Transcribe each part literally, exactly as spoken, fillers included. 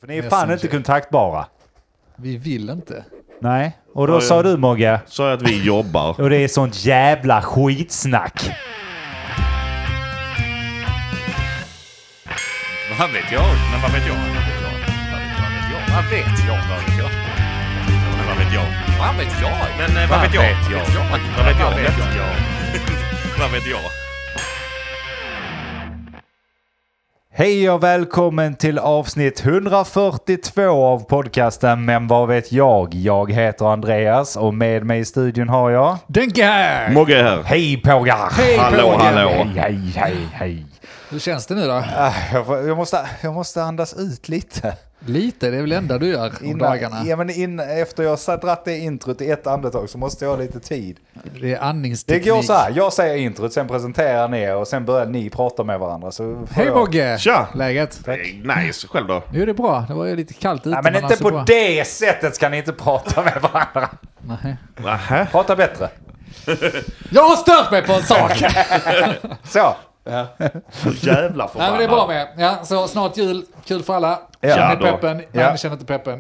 För ni är fan inte kontaktbara. Vi vill inte. Nej, och då ja, sa du Mogge. Så att vi jobbar. Och det är sånt jävla skitsnack. Vad vet jag? Men vad vet jag? Vad vet jag? Vad vet jag? Vad vet jag? Men vad vet jag? Vad vet jag? Men vad vet jag? Vad vet jag? Vad vet jag? Vad vet jag? Hej och välkommen till avsnitt hundrafyrtiotvå av podcasten Men vad vet jag? Jag heter Andreas och med mig i studion har jag... Denke här! Mogge här. Hej pågar! Hej hallå, pågar! hallå. Hej, hej, hej, hej. Hur känns det nu då? Jag, får, jag, måste, jag måste andas ut lite. Lite, det är väl det enda du gör om Innan, dagarna. Ja, men in, efter jag har dratt det introt i ett andetag så måste jag ha lite tid. Det är andningsteknik. Det går så här, jag säger introt, sen presenterar ni och sen börjar ni prata med varandra. Så Hej jag... Mogge! Tja! Läget? Tack. Nice, själv då? Jo, det är bra. Det var ju lite kallt ute. Nej, men men inte alltså på bra. det sättet ska ni inte prata med varandra. Nej. Nähä. Prata bättre. Jag har stört mig på en sak! Så. Ja. Jävla förbannad. Nej, men det är bra med. Ja, så snart jul. Kul för alla. Ja, Känner ni då. peppen? Nej, Ja. ni känner inte peppen.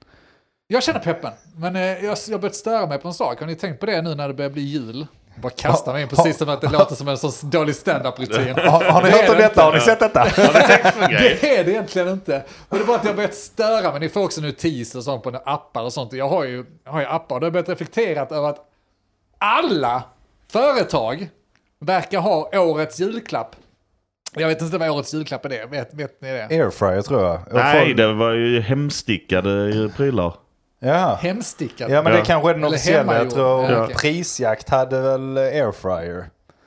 Jag känner peppen. Men eh, jag jag har börjat störa mig på en sak. Har ni tänkt på det nu när det börjar bli jul? Jag bara kastar mig in precis som att det låter som en sån dålig stand-up-rutin. Har, har ni Det hört är om det detta? Har ni sett detta? Har du tänkt på en grej? Det är det egentligen inte. Och det är bara att jag har börjat störa mig. Ni får också notiser och sånt på appar och sånt. Jag har ju, jag har ju appar och det har börjat reflekterat över att alla företag verkar ha årets julklapp. Jag vet inte vad årets julklapp är det. Vet, vet ni det? Airfryer tror jag. jag Nej, får... det var ju hemstickade prylar. Ja. Hemstickat. Ja, men Ja. det kanske är den Eller officiella. Jag hemmagjord. tror Ja, okej. Prisjakt hade väl Airfryer.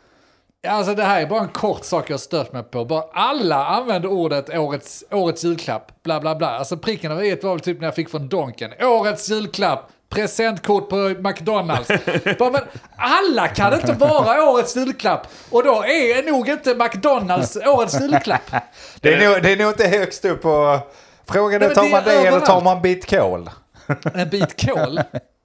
Alltså det här är bara en kort sak jag har stört mig på. Bara alla använder ordet årets, årets julklapp. Bla bla bla. Alltså pricken av ett var väl typ när jag fick från Donken. Årets julklapp. Presentkort på McDonalds. Bara, men alla kan inte vara årets julklapp. Och då är nog inte McDonalds årets julklapp. Det är, nog, det är nog inte högst upp på... Frågan är, Nej, men tar det man är det eller överallt. tar man bit kol? En bit kol.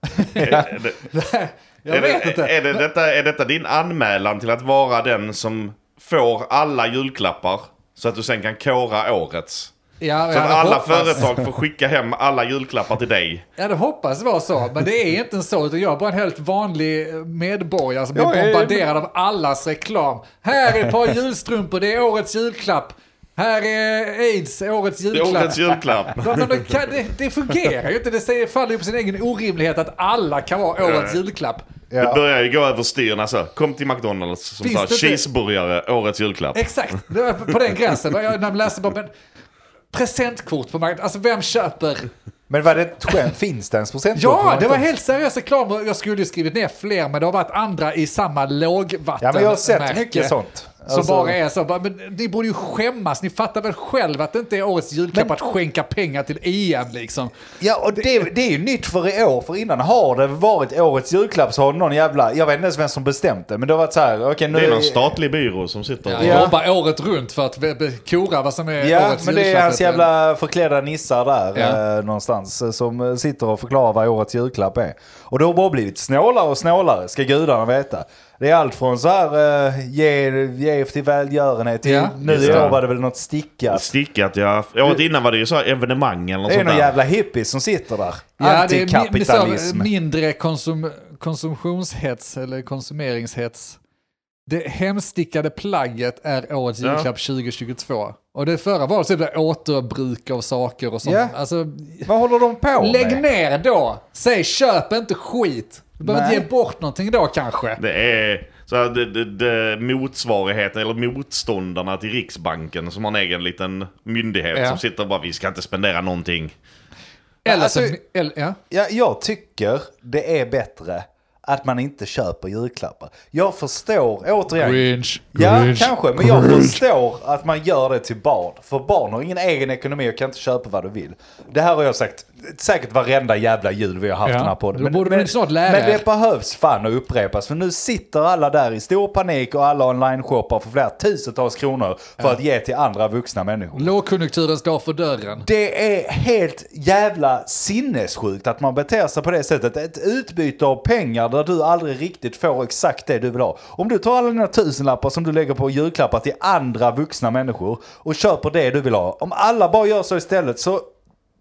Är, det, Jag är, vet det, inte. är, det, detta, är detta din anmälan till att vara den som får alla julklappar så att du sen kan kora årets? Ja, Så jag att alla hoppas. företag får skicka hem alla julklappar till dig. Ja, det hoppas vara så, men det är inte så. Utan jag är bara en helt vanlig medborgare som Ja, blir är- bombarderad av allas reklam. Här är ett par julstrumpor, det är årets julklapp. Här är AIDS, årets Det är julklapp. årets julklapp. Ja, men det, kan, det, det fungerar ju inte. Det säger, faller ju på sin egen orimlighet att alla kan vara årets julklapp. Det Ja. börjar ju gå över styren alltså. Kom till McDonalds som Finns sa det inte- cheeseburgare, årets julklapp. Exakt, det var på den gränsen. Jag, när jag läste bara, men, presentkort på marknaden. Alltså vem köper... Men var det ett skämt? Finns det ens procentkort? Ja, det var helt seriös reklam. Jag skulle ju skrivit ner fler, men det har varit andra i samma lågvatten. Ja, men jag har sett märke. mycket sånt. Som Alltså- bara är så, bara, men ni borde ju skämmas. Ni fattar väl själv att det inte är årets julklapp Men- att skänka pengar till E M liksom. Ja, och det, det är ju nytt för i år. För innan har det varit årets julklapp så har någon jävla... Jag vet inte ens vem som bestämt det, men det har varit så här... Okay, nu Det är någon statlig byrå som sitter Ja, och... Ja. Jobbar året runt för att be- be- kora vad som är Ja, årets men det är julklapp. hans jävla förklädda nissar där Ja. eh, någonstans eh, som sitter och förklarar vad årets julklapp är. Och det har bara blivit snålare och snålare, ska gudarna veta. Det är allt från så här eh, ge, ge till välgörenhet till Ja, nu just i det. år var det väl något stickat. Stickat, ja. Året innan var det ju så här evenemang eller något Det är sånt någon där. jävla hippies som sitter där. Ja, det är mi- Antikapitalism. så mindre konsum, konsumtionshets eller konsumeringshets. Det hemstickade plagget är årets Ja. julklapp tjugo tjugotvå. Och det förra var typ det återbruk av saker och sånt. Ja. Alltså, Vad håller de på lägg med? ner då. Säg köp inte skit. Du behöver Nej. inte ge bort någonting då kanske. Det är så här, det, det, det motsvarigheten eller motståndarna till Riksbanken som har en egen liten myndighet Ja. som sitter och bara vi ska inte spendera någonting. Eller Alltså- så, eller, ja. Ja, jag tycker det är bättre att man inte köper julklappar. Jag förstår, återigen... Grinch. Ja, Grinch. kanske. Men jag förstår att man gör det till barn. För barn har ingen egen ekonomi och kan inte köpa vad du vill. Det här har jag sagt säkert varenda jävla jul vi har haft Ja, den här podden. då borde man snart lära men er. det behövs fan att upprepas. För nu sitter alla där i stor panik och alla online-shoppar för flera tusentals kronor för att ge till andra vuxna människor. Lågkonjunkturen står för dörren. Det är helt jävla sinnessjukt att man beter sig på det sättet. Ett utbyte av pengar där du aldrig riktigt får exakt det du vill ha. Om du tar alla dina tusenlappar som du lägger på julklappar till andra vuxna människor och köper det du vill ha. Om alla bara gör så istället så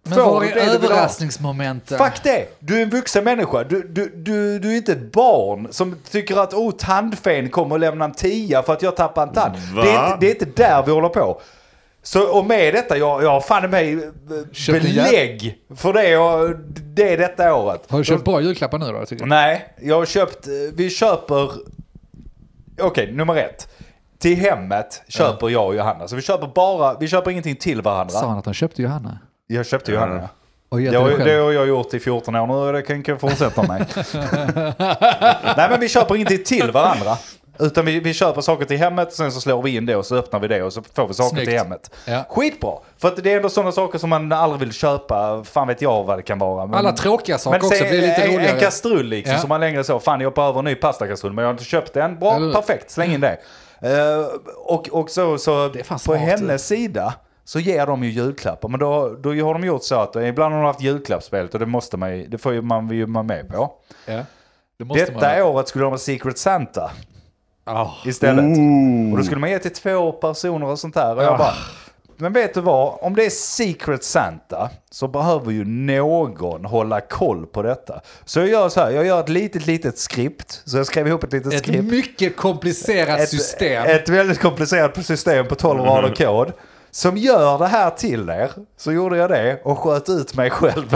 Men var är överraskningsmomentet? Fuck det! Du är en vuxen människa. Du, du, du, du är inte ett barn som tycker att oh, tandfen kommer att lämna en tia för att jag tappar en tand. Det är, inte, det är inte där vi håller på. Så, och med detta, jag, jag har fan mig belägg för det, och det är detta året. Har du köpt bra julklappar nu då? Tycker jag? Nej, jag har köpt, vi köper, okej, okay, nummer ett. Till hemmet köper jag och Johanna. Så vi köper bara, vi köper ingenting till varandra. Sa han att han köpte Johanna? Jag köpte Johanna, ja. Och det, har, det har jag gjort i fjorton år nu, och det kan jag fortsätta med. Nej, men vi köper ingenting till varandra. Utan vi, vi köper saker till hemmet, och sen så slår vi in det och så öppnar vi det och så får vi saker Snyggt. Till hemmet. Ja. Skitbra! För att det är ändå sådana saker som man aldrig vill köpa. Fan vet jag vad det kan vara. Men, alla tråkiga saker men också blir lite en, roligare. En kastrull liksom, ja. Som man längre så. Fan, jag behöver en ny pastakastrull, men jag har inte köpt den. Bra, Eller... perfekt, släng in det. Uh, och, och så, så på smart. Hennes sida så ger de ju julklappar. Men då, då har de gjort så att ibland har de haft julklappsspelet, och det måste man, det får ju man ju vara med på. Ja, det måste Detta man. året skulle de ha Secret Santa. Oh. Istället. Ooh. Och då skulle man ge till två personer och sånt där. Och jag bara, men vet du vad? Om det är Secret Santa så behöver ju någon hålla koll på detta. Så jag gör så här, jag gör ett litet, litet skript. Så jag skrev ihop ett litet ett skript. Ett mycket komplicerat ett, system. Ett väldigt komplicerat system på tolv rader kod. Som gör det här till er. Så gjorde jag det och sköt ut mig själv.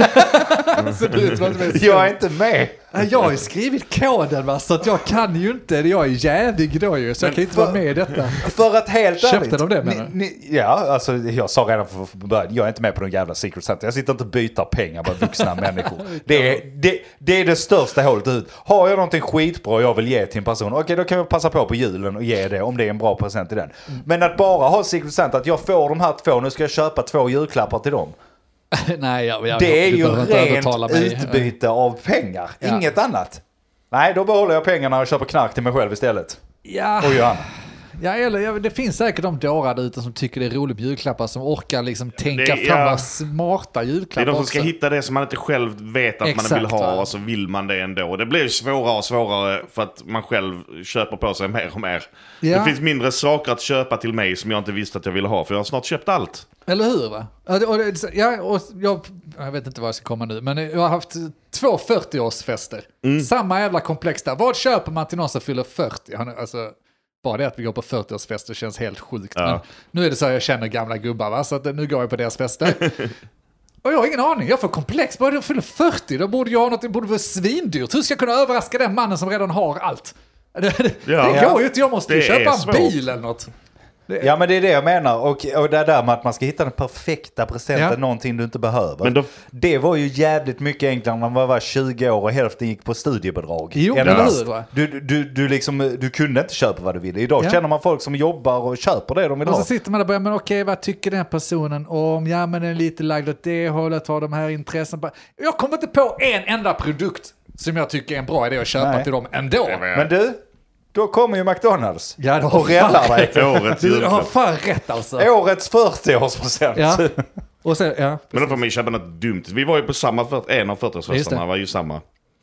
Så du är jag är inte med. Jag har ju skrivit koden, va? Så att jag kan ju inte. Jag är jävig då ju, så men jag kan inte för, vara med i detta. För att helt Köpte ärligt. de det, menar ni, ni, Ja, alltså jag sa redan från början, jag är inte med på någon jävla Secret Santa. Jag sitter inte och byter pengar med vuxna människor. Det är det, det är det största hålet ut. Har jag någonting skitbra jag vill ge till en person, okej, okay, då kan jag passa på på julen och ge det om det är en bra present till den. Mm. Men att bara ha Secret Santa, att jag får de här två, nu ska jag köpa två julklappar till dem. Nej, jag, jag, det är ju rent utbyte av pengar. Ja. Inget annat. Nej, då behåller jag pengarna och köper knark till mig själv istället. Ja. Och Johanna. Ja, eller ja, det finns säkert de dårar ute som tycker det är roligt med julklappar, som orkar liksom tänka det, fram ja. smarta julklappar. Det är de som också. ska hitta det som man inte själv vet att Exakt, man vill ha, va? Och så vill man det ändå. Det blir svårare och svårare för att man själv köper på sig mer och mer. Ja. Det finns mindre saker att köpa till mig som jag inte visste att jag ville ha, för jag har snart köpt allt. Eller hur, va? Och det, ja, och jag, jag vet inte vad jag ska komma nu, men jag har haft två fyrtioårsfester. Mm. Samma jävla komplex där. Vad köper man till någon som fyller fyrtio? Alltså... Bara det att vi går på fyrtioårsfester känns helt sjukt. Ja. Men nu är det så att jag känner gamla gubbar, va? Så att nu går jag på deras fester. Och jag har ingen aning. Jag får komplex. Bara jag fyller fyrtio, då borde jag ha något, det borde vara svindyrt. Hur ska jag kunna överraska den mannen som redan har allt? Det, det, ja. det går ju inte. Jag måste ju köpa en bil eller något. Det ja, men det är det jag menar. Och, och det där med att man ska hitta den perfekta presenten, ja. Någonting du inte behöver. Men då... Det var ju jävligt mycket enklare när man var tjugo år och hälften gick på studiebidrag. Jo, eller hur, va? Du, du, du, liksom, du kunde inte köpa vad du ville. Idag ja. Känner man folk som jobbar och köper det de vill ha. Och så sitter man där och börjar, men okej, vad tycker den personen om? Ja, men den är lite lagd åt det hållet, har de här intressen. Jag kommer inte på en enda produkt som jag tycker är en bra idé att köpa Nej. Till dem ändå. Men du... Då kommer ju McDonalds ja, då och räddar dig. Årets du har fan rätt alltså. Årets fyrtioårspresent. Ja. Och sen, ja, men då får man ju köpa något dumt. Vi var ju på samma, en av fyrtioårsfesterna var ju samma.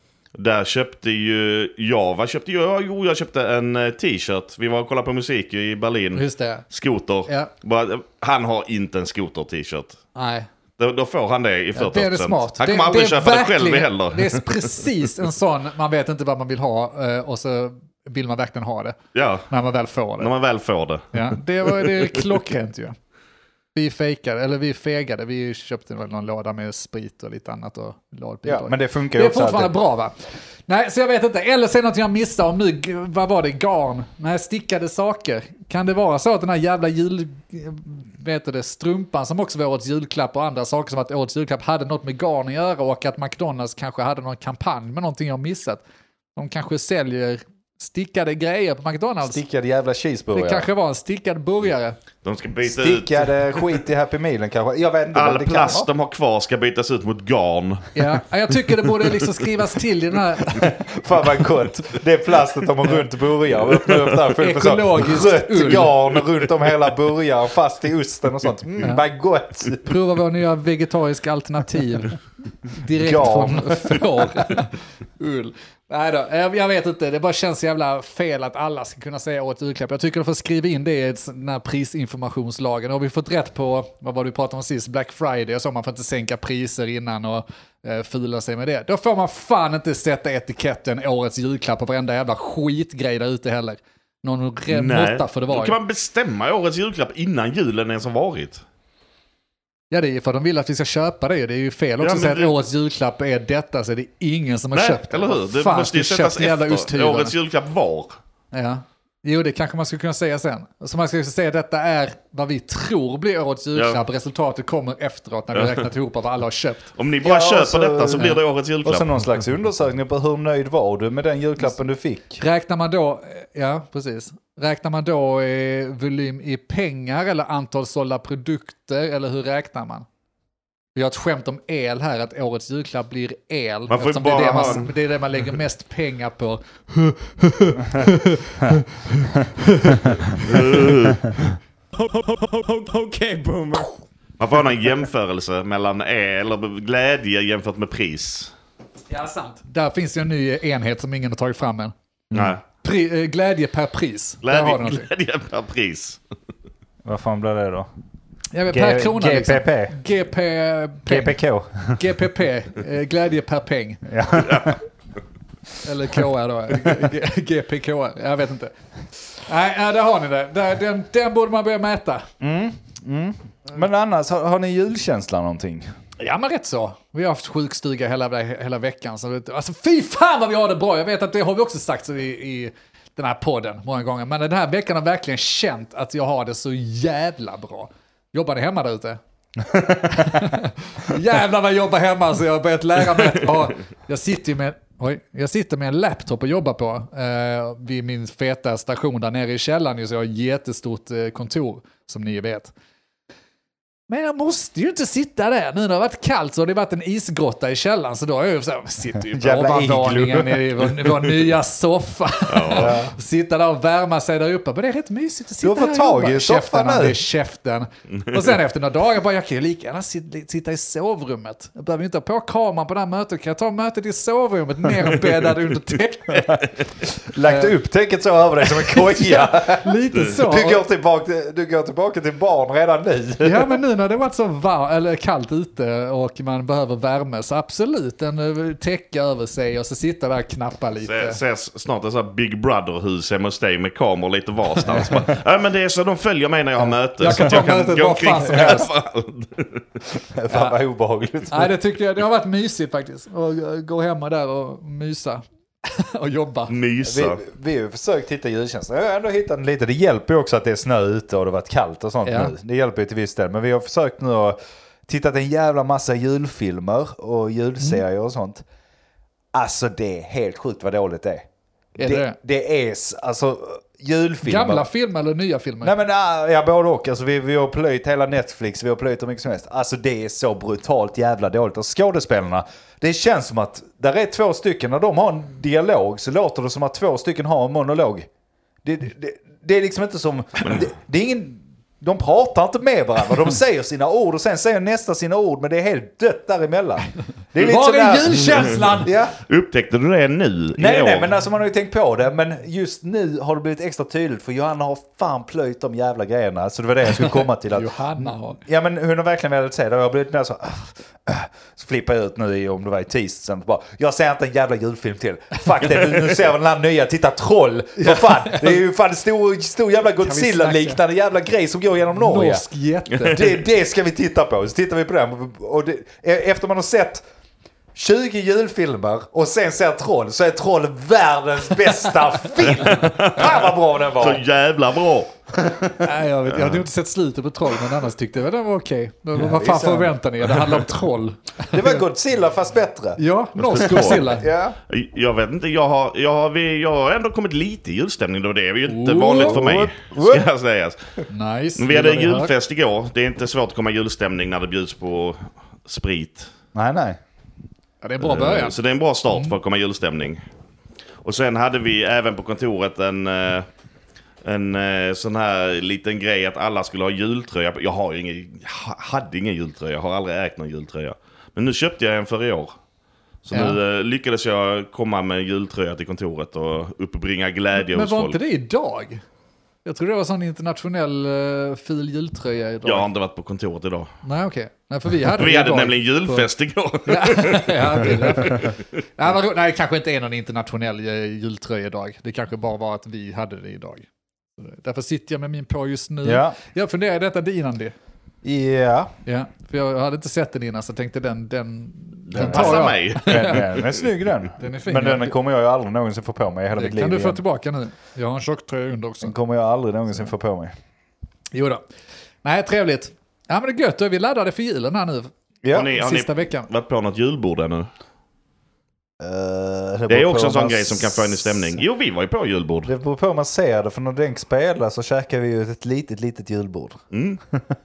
Där köpte ju jag, vad köpte jag? Jo, jag köpte en t-shirt. Vi var och kollade på musik i Berlin. Just det. Skoter. Ja. Bara, han har inte en skoter-t-shirt. Nej. Då, då får han det i fyrtio procent. Ja, det är det smart. Han kommer det, aldrig det köpa det själv heller. Det är precis en sån, man vet inte vad man vill ha och så vill man verkligen ha det. Ja. När man väl får det. När man väl får det. Ja, det var det klockrent ju. Vi fejkade, eller vi fegade. Vi köpte väl någon låda med sprit och lite annat. Och ja, men det funkar ju också. Det är fortfarande bra, va? Nej, så jag vet inte. Eller så är något jag missade om nu, vad var det? Garn. Nej, stickade saker. Kan det vara så att den här jävla jul... vet du det, strumpan som också var årets julklapp och andra saker som att årets julklapp hade något med garn att göra och att McDonalds kanske hade någon kampanj med någonting jag missat. De kanske säljer stickade grejer på McDonalds. Stickade jävla cheeseburgare. Det kanske var en stickad burgare. De ska byta stickade ut... skit i Happy Mealen kanske. Jag vet inte. All det plast de har kvar ska bytas ut mot garn. Ja, jag tycker det borde liksom skrivas till i den här... Fan vad gott. Det är plastet de har runt burgare. Ekologiskt rött ull. Garn runt om hela burgaren fast i osten och sånt. Mm, ja. Vad gott. Prova vår nya vegetariska alternativ. Direkt garn. Från får. Ull. Nej då, jag, jag vet inte. Det bara känns jävla fel att alla ska kunna säga årets julklapp. Jag tycker du får skriva in det i den här prisinformationslagen. Och vi har fått rätt på, vad var det vi pratade om sist, Black Friday och så. Man får inte sänka priser innan och eh, fula sig med det. Då får man fan inte sätta etiketten årets julklapp på varenda jävla skitgrej där ute heller. Någon måtta för det var. Då kan man bestämma årets julklapp innan julen ens har varit. Ja, det är för att de vill att vi ska köpa det. Det är ju fel också ja, att säga det... att årets julklapp är detta, så det är ingen som har Nej, köpt det. Eller hur? Det fan, måste ju sättas efter. Årets julklapp var. Ja. Jo, det kanske man skulle kunna säga sen. Så man ska säga att detta är vad vi tror blir årets julklapp. Ja. Resultatet kommer efteråt när vi räknat ihop vad alla har köpt. Om ni bara ja, köper så, detta så blir det årets julklapp. Och så någon slags undersökning på hur nöjd var du med den julklappen du fick. Räknar man då, ja precis. Räknar man då eh, volym i pengar eller antal sålda produkter eller hur räknar man? Vi har ett skämt om el här, att årets julklapp blir el. Man får bara det, är det, man, det är det man lägger mest pengar på. Okej, boomer. Man får ha en jämförelse mellan el och glädje jämfört med pris. Ja, sant. Där finns ju en ny enhet som ingen har tagit fram än. Nej. Pri, glädje per pris. Glädje, glädje per pris. Vad fan blir det då? Ja, per G- krona G P P. Liksom. G P P. G P K. G P P. Eh, glädje per peng. Ja. Eller K R då. G P K R. Jag vet inte. Nej, där har ni det. Där, den, den borde man börja mäta. Mm. Mm. Men annars, har, har ni julkänsla någonting? Ja, men rätt så. Vi har haft sjukstuga hela, hela veckan. Så, alltså fy fan vad vi har det bra. Jag vet att det har vi också sagt i, i den här podden många gånger. Men den här veckan har verkligen känt att jag har det så jävla bra. Jobbar ni hemma där ute? Jävlar vad jag jobbar hemma, så jag har börjat lära mig att ha, jag sitter med oj, jag sitter med en laptop och jobbar på eh, vid min feta station där nere i källaren, så jag har ett jättestort eh, kontor som ni vet. Men jag måste ju inte sitta där. Nu när det har varit kallt så har det varit en isgrotta i källaren. Så då är jag så här, sitter ju på ovanvåningen i vår, vår nya soffa. Ja. Sitta där och värma sig där uppe. Men det är rätt mysigt att sitta där. Du har fått tag i soffan nu. Det är käften. Och sen efter några dagar bara, jag kan ju lika gärna sitta i sovrummet. Jag behöver inte ha på kameran på det här mötet. Kan jag ta mötet i sovrummet nerbäddad under täcket? Lagt upp täcket så över dig som en koja. Lite så. Du går, tillbaka, du går tillbaka till barn redan nu. Ja, men nu när det varit så var- eller kallt ute och man behöver värme, så absolut en täcka över sig och så sitta där och knappa lite. Ses snart en sån här Big Brother-hus hemma hos dig med kameror lite varstans. Ja, men det är så de följer mig när jag har möte. Jag kan ta mötet var fan som helst. Fan vad obehagligt. Nej, det tycker jag, det har varit mysigt faktiskt. Att gå hemma där och mysa. Och jobba. Mysa. Vi, vi har ju försökt hitta julkänsla. Jag har ändå hittat en lite. Det hjälper ju också att det är snö ute och det har varit kallt och sånt ja. nu. Det hjälper ju till viss del. Men vi har försökt nu att titta en jävla massa julfilmer och julserier mm. och sånt. Alltså det är helt sjukt vad dåligt det är. Är det, det? det är alltså julfilmer. Gamla filmer eller nya filmer? Nej men ja, både och. Alltså, vi, vi har plöjt hela Netflix, vi har plöjt hur mycket som helst. Alltså det är så brutalt jävla dåligt. Och skådespelarna, det känns som att där är två stycken, när de har en dialog så låter det som att två stycken har en monolog. Det, det, det, det är liksom inte som, det, det är ingen, de pratar inte med varandra. De säger sina ord och sen säger nästa sina ord, men det är helt dött däremellan. Det är lite var är sådär, julkänslan? Ja. Upptäckte du det nu? Nej, nej, men alltså man har ju tänkt på det. Men just nu har det blivit extra tydligt. För Johanna har fan plöjt de jävla grejerna. Så det var det jag skulle komma till. Att, Johanna har... Ja, men hon har verkligen velat säga det. Jag har blivit mer så... Så flippar jag ut nu i, om det var i tisdagen. Bara, jag ser inte en jävla julfilm till. Fuck det, nu, nu ser vi den här nya. Titta, Troll. För fan, det är ju fan en stor, stor jävla Godzilla-liknande jävla grej som går genom Norge. Norsk jätte. Det, det ska vi titta på. Så tittar vi på den. Och det, efter man har sett tjugo julfilmer och sen ser Troll, så är Troll världens bästa film. Fan vad bra den var. Så jävla bra. Nej, jag, vet, jag hade inte sett slutet på Troll, men annars tyckte jag att den var okej. Men ja, vad fan förväntar ni? Det handlar om Troll. Det var Godzilla fast bättre. Ja, norsk Godzilla. Ja. Jag vet inte, jag har, jag, har, jag har ändå kommit lite i julstämning då. Det är ju inte vanligt för mig, ska jag säga. Nice. Men vi hade julfest igår. Det är inte svårt att komma i julstämning när det bjuds på sprit. Nej, nej. Ja, det är en bra början. Så det är en bra start för att komma i julstämning. Och sen hade vi även på kontoret en, en sån här liten grej att alla skulle ha jultröja. Jag har ingen, hade ingen jultröja, jag har aldrig ägt någon jultröja. Men nu köpte jag en för i år. Så ja. nu eh, lyckades jag komma med jultröja till kontoret och uppbringa glädje men hos folk. Men var inte det idag? Jag tror det var sån internationell uh, fil jultröja idag. Jag har inte varit på kontoret idag. Nej, okej. Okay. För vi hade, vi hade nämligen julfest på... igår. ja, ja, det är nej, var... nej, det kanske inte är någon internationell jultröja idag. Det kanske bara var att vi hade det idag. Därför sitter jag med min på just nu. Ja. Jag funderar, är detta din det? Ja. Ja, för jag hade inte sett den innan så jag tänkte den, den, den, den passar jag. mig. Den, den är snygg den. Den är fin. Men den kommer jag ju aldrig någonsin få på mig i hela det mitt liv. Kan du få igen. tillbaka nu? Jag har en tjocktröja under också. Den kommer jag aldrig någonsin få på mig. Jo då. Nej, trevligt. Ja, men det är gött. Vi laddade för julen här nu. Ja. Har ni, har sista ni veckan. varit på något julbord ännu? Uh, det, det är också en sån grej som kan få en i stämning. Jo, vi var ju på julbord. Det beror på om man ser det, för när Denk spelar så käkar vi ju ett litet, litet julbord. Mm.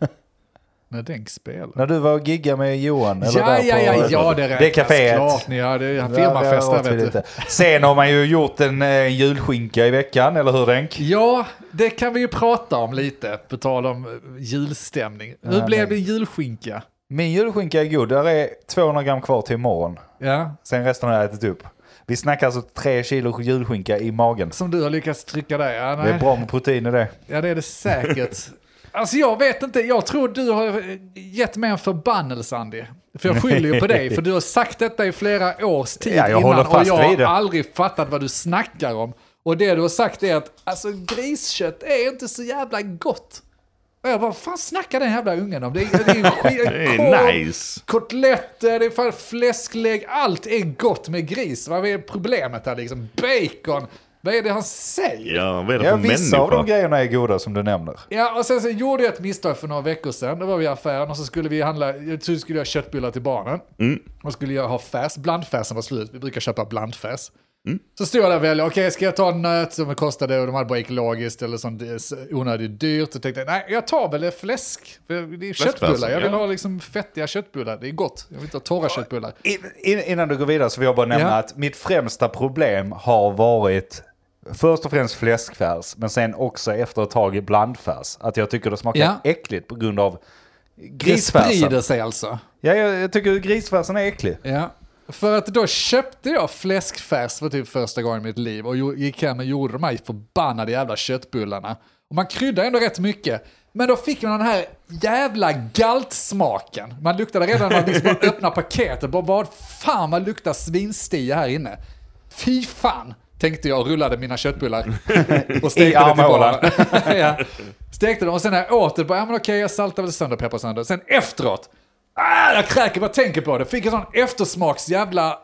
När Denk spelar? När du var och giggade med Johan. Eller ja, där ja, ja, på, ja, det det kaféet. Klart, ja, det är en firmafest där, vet du. Sen har man ju gjort en eh, julskinka i veckan, eller hur Denk? Ja, det kan vi ju prata om lite, på tal om julstämning. Hur ja, blev det julskinka? Min julskinka är god. Där är tvåhundra gram kvar till imorgon. Ja. Sen resten har jag ätit upp. Vi snackar alltså tre kilo julskinka i magen. Som du har lyckats trycka där. Ja, nej. Det är bra med protein i det. Ja, det är det säkert. Alltså jag vet inte, jag tror du har gett mig en förbannelse, Andy. För jag skyller ju på dig, för du har sagt detta i flera års tid ja, jag innan och jag har aldrig fattat vad du snackar om. Och det du har sagt är att alltså, griskött är inte så jävla gott. Och jag bara, vad fan snackar den jävla ungen om? Det är, det är, skit, det är nice. Kotletter, det är fan fläsklägg, allt är gott med gris. Vad är problemet här liksom? Bacon. Vad är det han säger? Ja, vad är det ja, för vissa människa? av de grejerna är goda som du nämner. Ja, och sen så gjorde jag ett misstag för några veckor sedan. Då var vi i affären och så skulle vi handla, jag tror skulle jag köttbullar till barnen. Mm. Och skulle jag ha färs, blandfärsen var slut. Vi brukar köpa blandfärs. Mm. Så stod jag där och väljer, okej okay, ska jag ta en nöt som kostade och de hade bara ekologiskt eller sånt onödigt dyrt. Så tänkte jag, nej jag tar väl fläsk. För det är köttbullar, jag vill ja. ha liksom fettiga köttbullar. Det är gott, jag vill inte ha torra köttbullar. In, in, innan du går vidare så vill jag bara nämna ja. att mitt främsta problem har varit först och främst fläskfärs, men sen också efter ett tag i blandfärs. Att jag tycker det smakar ja. äckligt på grund av grisfärsen. Det sprider sig alltså. Ja, jag, jag tycker grisfärsen är äcklig. Ja. För att då köpte jag fläskfärs för typ första gången i mitt liv och gick hem och gjorde de här förbannade jävla köttbullarna. Och man kryddar ändå rätt mycket. Men då fick man den här jävla galtsmaken. Man luktade redan när man liksom öppnade paketet. Bara, vad fan, vad luktar svinstia här inne? Fy fan, tänkte jag och rullade mina köttbullar. Och stekte det till barnen. ja. Stekte dem och sen när jag åt det, bara, ja men okej, jag saltar väl sönder, peppar sönder. Sen efteråt, ah, jag kräker, bara tänker på det. Fick en sån eftersmaks jävla,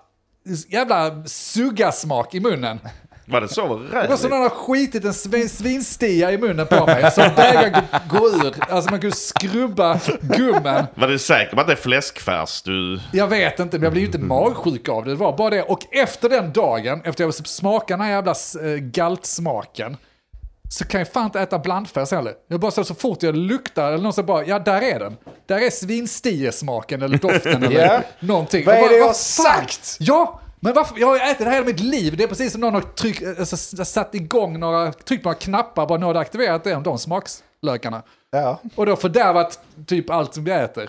jävla suggasmak i munnen. Var det så rätt? Det var som någon har skitit en svin, svinstia i munnen på mig. Som vägar gå, gå ur. Alltså man kunde skrubba gummen. Var det säker på att det är fläskfärs du... Jag vet inte, men jag blev ju inte magsjuk av det. Det var bara det. Och efter den dagen, efter jag smakade den här jävla äh, galtsmaken, så kan jag fan inte äta blandfärs heller. Jag bara så, så fort jag luktar eller någon så bara, ja där är den. Där är svinstiesmaken eller doften eller yeah. någonting. Vad är bara, det jag har sagt? Ja, men varför? Jag har ätit det här hela mitt liv. Det är precis som någon har tryck, alltså, satt igång några, tryckt på några knappar, bara någon har aktiverat det om de smakslökarna. Ja. Och då fördärvat typ allt som jag äter.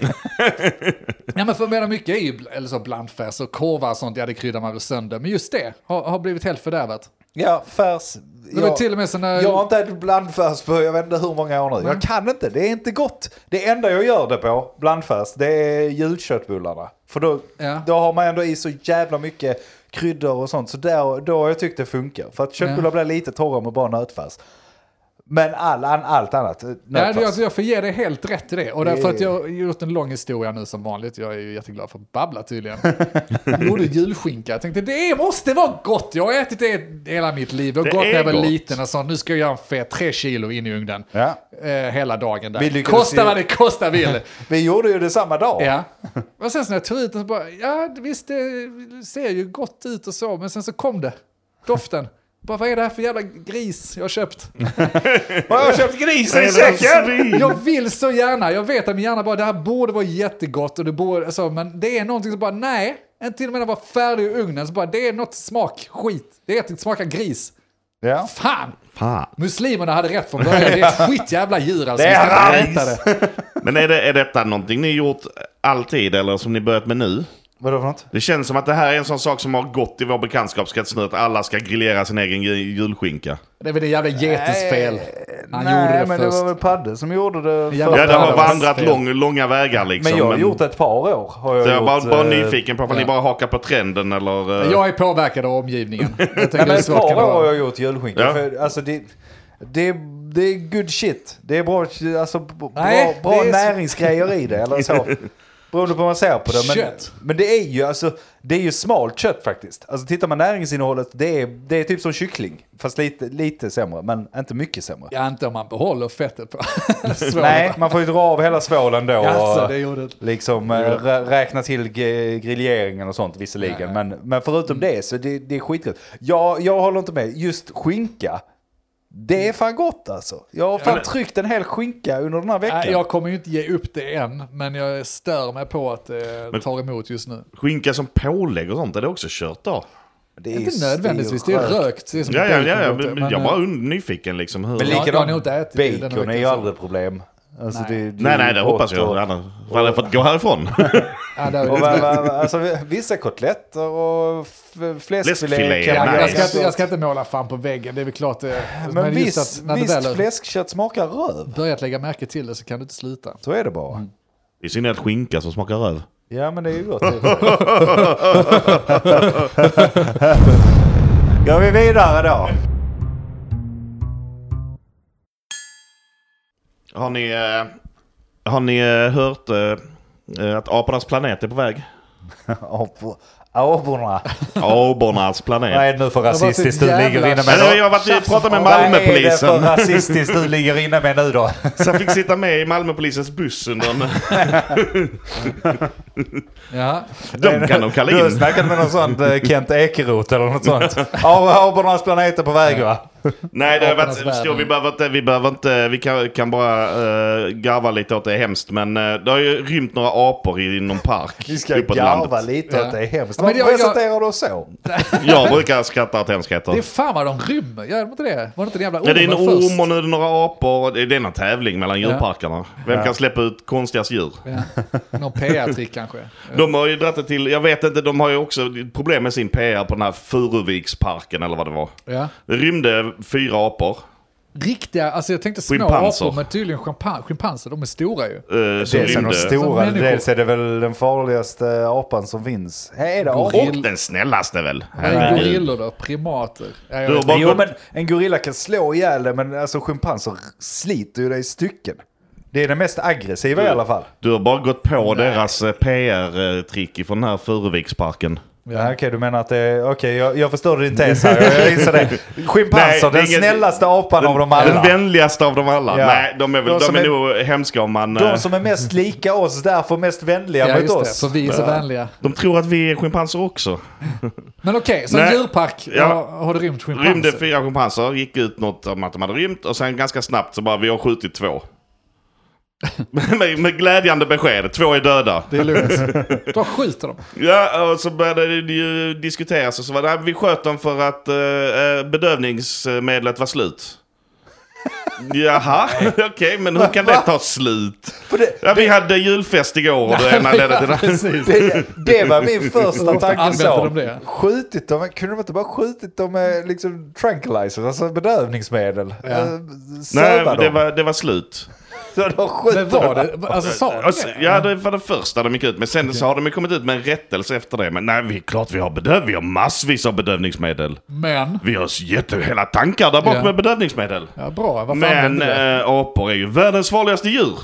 Ja, men för menar mycket är ju eller så blandfärs och korvar och sånt, ja det kryddar man väl sönder. Men just det har, har blivit helt fördärvat. Ja, färs. Det var till och med såna... Jag har inte ätit blandfärs på jag vet inte hur många år nu. Mm. Jag kan inte, det är inte gott. Det enda jag gör det på, blandfärs, det är julköttbullarna. För då, ja. då har man ändå i så jävla mycket kryddor och sånt. Så där, då har jag tyckt det funkar. För att köttbullar ja. blir lite torrare med bara nötfärs. Men all, all, allt annat. Ja, jag, jag får ge dig helt rätt i det. Och därför att jag har gjort en lång historia nu som vanligt. Jag är ju jätteglad för att babbla tydligen. Jag gjorde julskinka. Jag tänkte, det måste vara gott. Jag har ätit det hela mitt liv. Jag har gått när jag var liten och så. Nu ska jag göra en fet tre kilo in i ugnen. Ja. Eh, hela dagen där. Kosta se... vad det kostar vill. Vi gjorde ju det samma dag. Ja. Och sen när jag tog ut den så bara, ja visst det ser ju gott ut och så. Men sen så kom det. Doften. Bara, vad är det här för jävla gris jag har köpt? Jag har köpt grisen i säcken! Jag vill så gärna. Jag vet att min hjärna bara, det här borde vara jättegott. Och det borde, alltså, men det är någonting som bara, nej. En till och med när jag var färdig i ugnen så bara, det är något smak, skit. Det är att det smakar gris. Ja. Fan! Fan! Muslimerna hade rätt från början. Det är ett skitjävla djur alltså. Det är gris! Men är, det, är detta någonting ni gjort alltid eller som ni börjat med nu? Vadå för något? Det känns som att det här är en sån sak som har gått i vår bekantskapskrets nu, att alla ska grillera sin egen julskinka. Det är väl det jävla getesfel. Han Nej, gjorde det men först. det var väl Padde som gjorde det. Jävla Ja, det har Padde vandrat fel. lång, långa vägar liksom. Men jag har men... gjort ett par år. Har jag Så jag är gjort, bara, bara eh, nyfiken på om ja. ni bara hakar på trenden eller... eh, Jag är påverkad av omgivningen. Jag Nej, tänker men hur ett svårt kan par det år har vara. jag gjort julskinka. Ja. För, alltså det, det, det är good shit. Det är bra, alltså, b- Nej, bra, bra det är så- näringsgrejer i det. Eller så. Beroende på vad man ser på det. Men, Kött. men det är ju alltså, det är ju smalt kött faktiskt. Alltså tittar man näringsinnehållet, det är, det är typ som kyckling. Fast lite, lite sämre, men inte mycket sämre. Ja, inte om man behåller fettet på. Nej, man får ju dra av hela svålen då. Jaså, och det gjorde det. liksom eh, rä- räkna till g- grilleringen och sånt visserligen. Nej. Men, men förutom det så det, det är skitgott. Jag, jag håller inte med. Just skinka, det är fan gott alltså. Jag har fan men- tryckt en hel skinka under den här veckan. Nej, jag kommer ju inte ge upp det än, men jag stör mig på att det Men- tar emot just nu. Skinka som pålägg och sånt, är det också kört då? det är Inte ju- nödvändigtvis, det är rökt. rökt. Det är som Ja, ja, ja, ja. bacon, Men, men, jag är bara eh, und- nyfiken liksom. Hur... Men jag har likadant, nog inte ätit det denna bacon är ju veckan, så. aldrig problem. Alltså, Nej. det, det Nej, är nej, det gott hoppas jag. och- Annars hade jag fått gå härifrån. Ja, det är Och, lite va- bättre. va- alltså, vissa kotletter och f- fläskfilé. Fläskfilé, kan man nej. jag, göra ska inte, så- jag ska inte måla fan på väggen, det är väl klart det. Men, just viss, att när du visst väl har fläskkött smakar röv. börjat lägga märke till det så kan du inte sluta. Så är det bara. I synnerhet skinka som smakar röv. Ja, men det är ju gott. Går vi vidare då? Har ni, eh, har ni eh, hört eh, att apornas planet är på väg? Apor- Aporna. Apornas Vad planet. är det nu för var rasistiskt så du jävla- ligger inne med? Nej, jag har varit och pratat med Vad är det Malmöpolisen. för rasistiskt du ligger inne med nu då? Så jag fick sitta med i Malmöpolisens buss under en... Ja. De kan de kalla Du har in. snackat med någon sån eh, Kent Ekeroth eller något sånt. Ja, Apornas planet är på väg va? Nej, det har Apornas varit, värld. förstår, vi behöver inte, vi behöver inte, vi kan, kan bara uh, garva lite åt det är hemskt, men uh, det har ju rymt några apor i någon park. Vi ska uppåt garva landet. lite Ja. åt det är hemskt. Ja, men Vad jag- jag- presenterar du så? Jag brukar skratta åt hemskheter. Det är fan vad de rymmer, gör de inte det? Var det inte den jävla Ja, det är en ormen först? orm och nu är det några apor. Det är det är någon tävling mellan Ja. djurparkerna. Vem kan släppa ut konstigast djur? Ja. Någon P R-trick kanske. De har ju dragit det till, jag vet inte, de har ju också problem med sin P R på den här Furuviksparken eller vad det var. Ja. Det rymde fyra apor. Riktiga, alltså jag tänkte små Schimpanser. apor, men tydligen schimpan, schimpanser, de är stora ju. Uh, som Dels är de rymde. stora, Som människor. dels är det väl den farligaste apan som finns. Hey, är det apor? Gorilla. Och den snällaste väl? Vad är Herregud. gorillor då? Primater? Ja, jag Du har vet. bara Jo gått- men en gorilla kan slå ihjäl det, men alltså schimpanser sliter ju det i stycken. Det är det mest aggressiva i alla fall. Du har bara gått på Nej. deras eh, P R-trick från den här Furuviksparken. Ja, okej, du menar att det är... Okej, jag, jag förstår din tes här. Jag, jag inser det. Schimpanser, Nej, det är den ingen- snällaste apan av dem alla. Den vänligaste av dem alla. Ja. Nej, de är, väl, De de som är, är- nog hemska om man... De eh, som är mest lika oss, därför mest vänliga Ja, mot just det, oss. för vi är så vänliga. De tror att vi är schimpanser också. Men okej, så en Nej. djurpark Ja. har, har det rymt schimpanser? Rymde fyra schimpanser, gick ut något om att de hade rymt och sen ganska snabbt så bara vi har skjutit två. med, med glädjande besked, två är döda. Det är lugnt. Då skjuter de. Ja, och så började det ju diskuteras och så var det, vi sköt dem för att uh, bedövningsmedlet var slut. Jaha, okej, okay, men hur kan det ta slut? För det, Ja, vi hade julfest igår och det ena ledde till det. Precis. det, det var min första tanke Använde så. de det? Skjutit dem, kunde de inte bara skjutit dem med liksom tranquilizers, alltså bedövningsmedel? Ja. Eh, Nej, Söva det dem. var, det var slut. Så de skjuter Men var dem. det, alltså sa de Och så- det? Ja, det var det första de gick ut med. Sen så har de ju kommit ut med en rättelse efter det. Men nej, vi, klart vi har bedöv, vi har massvis av bedövningsmedel. Men, Vi har jätte, hela tankar där bak Ja. med bedövningsmedel. ja bra, varför Men använder du det? äh, apor är ju världens farligaste djur.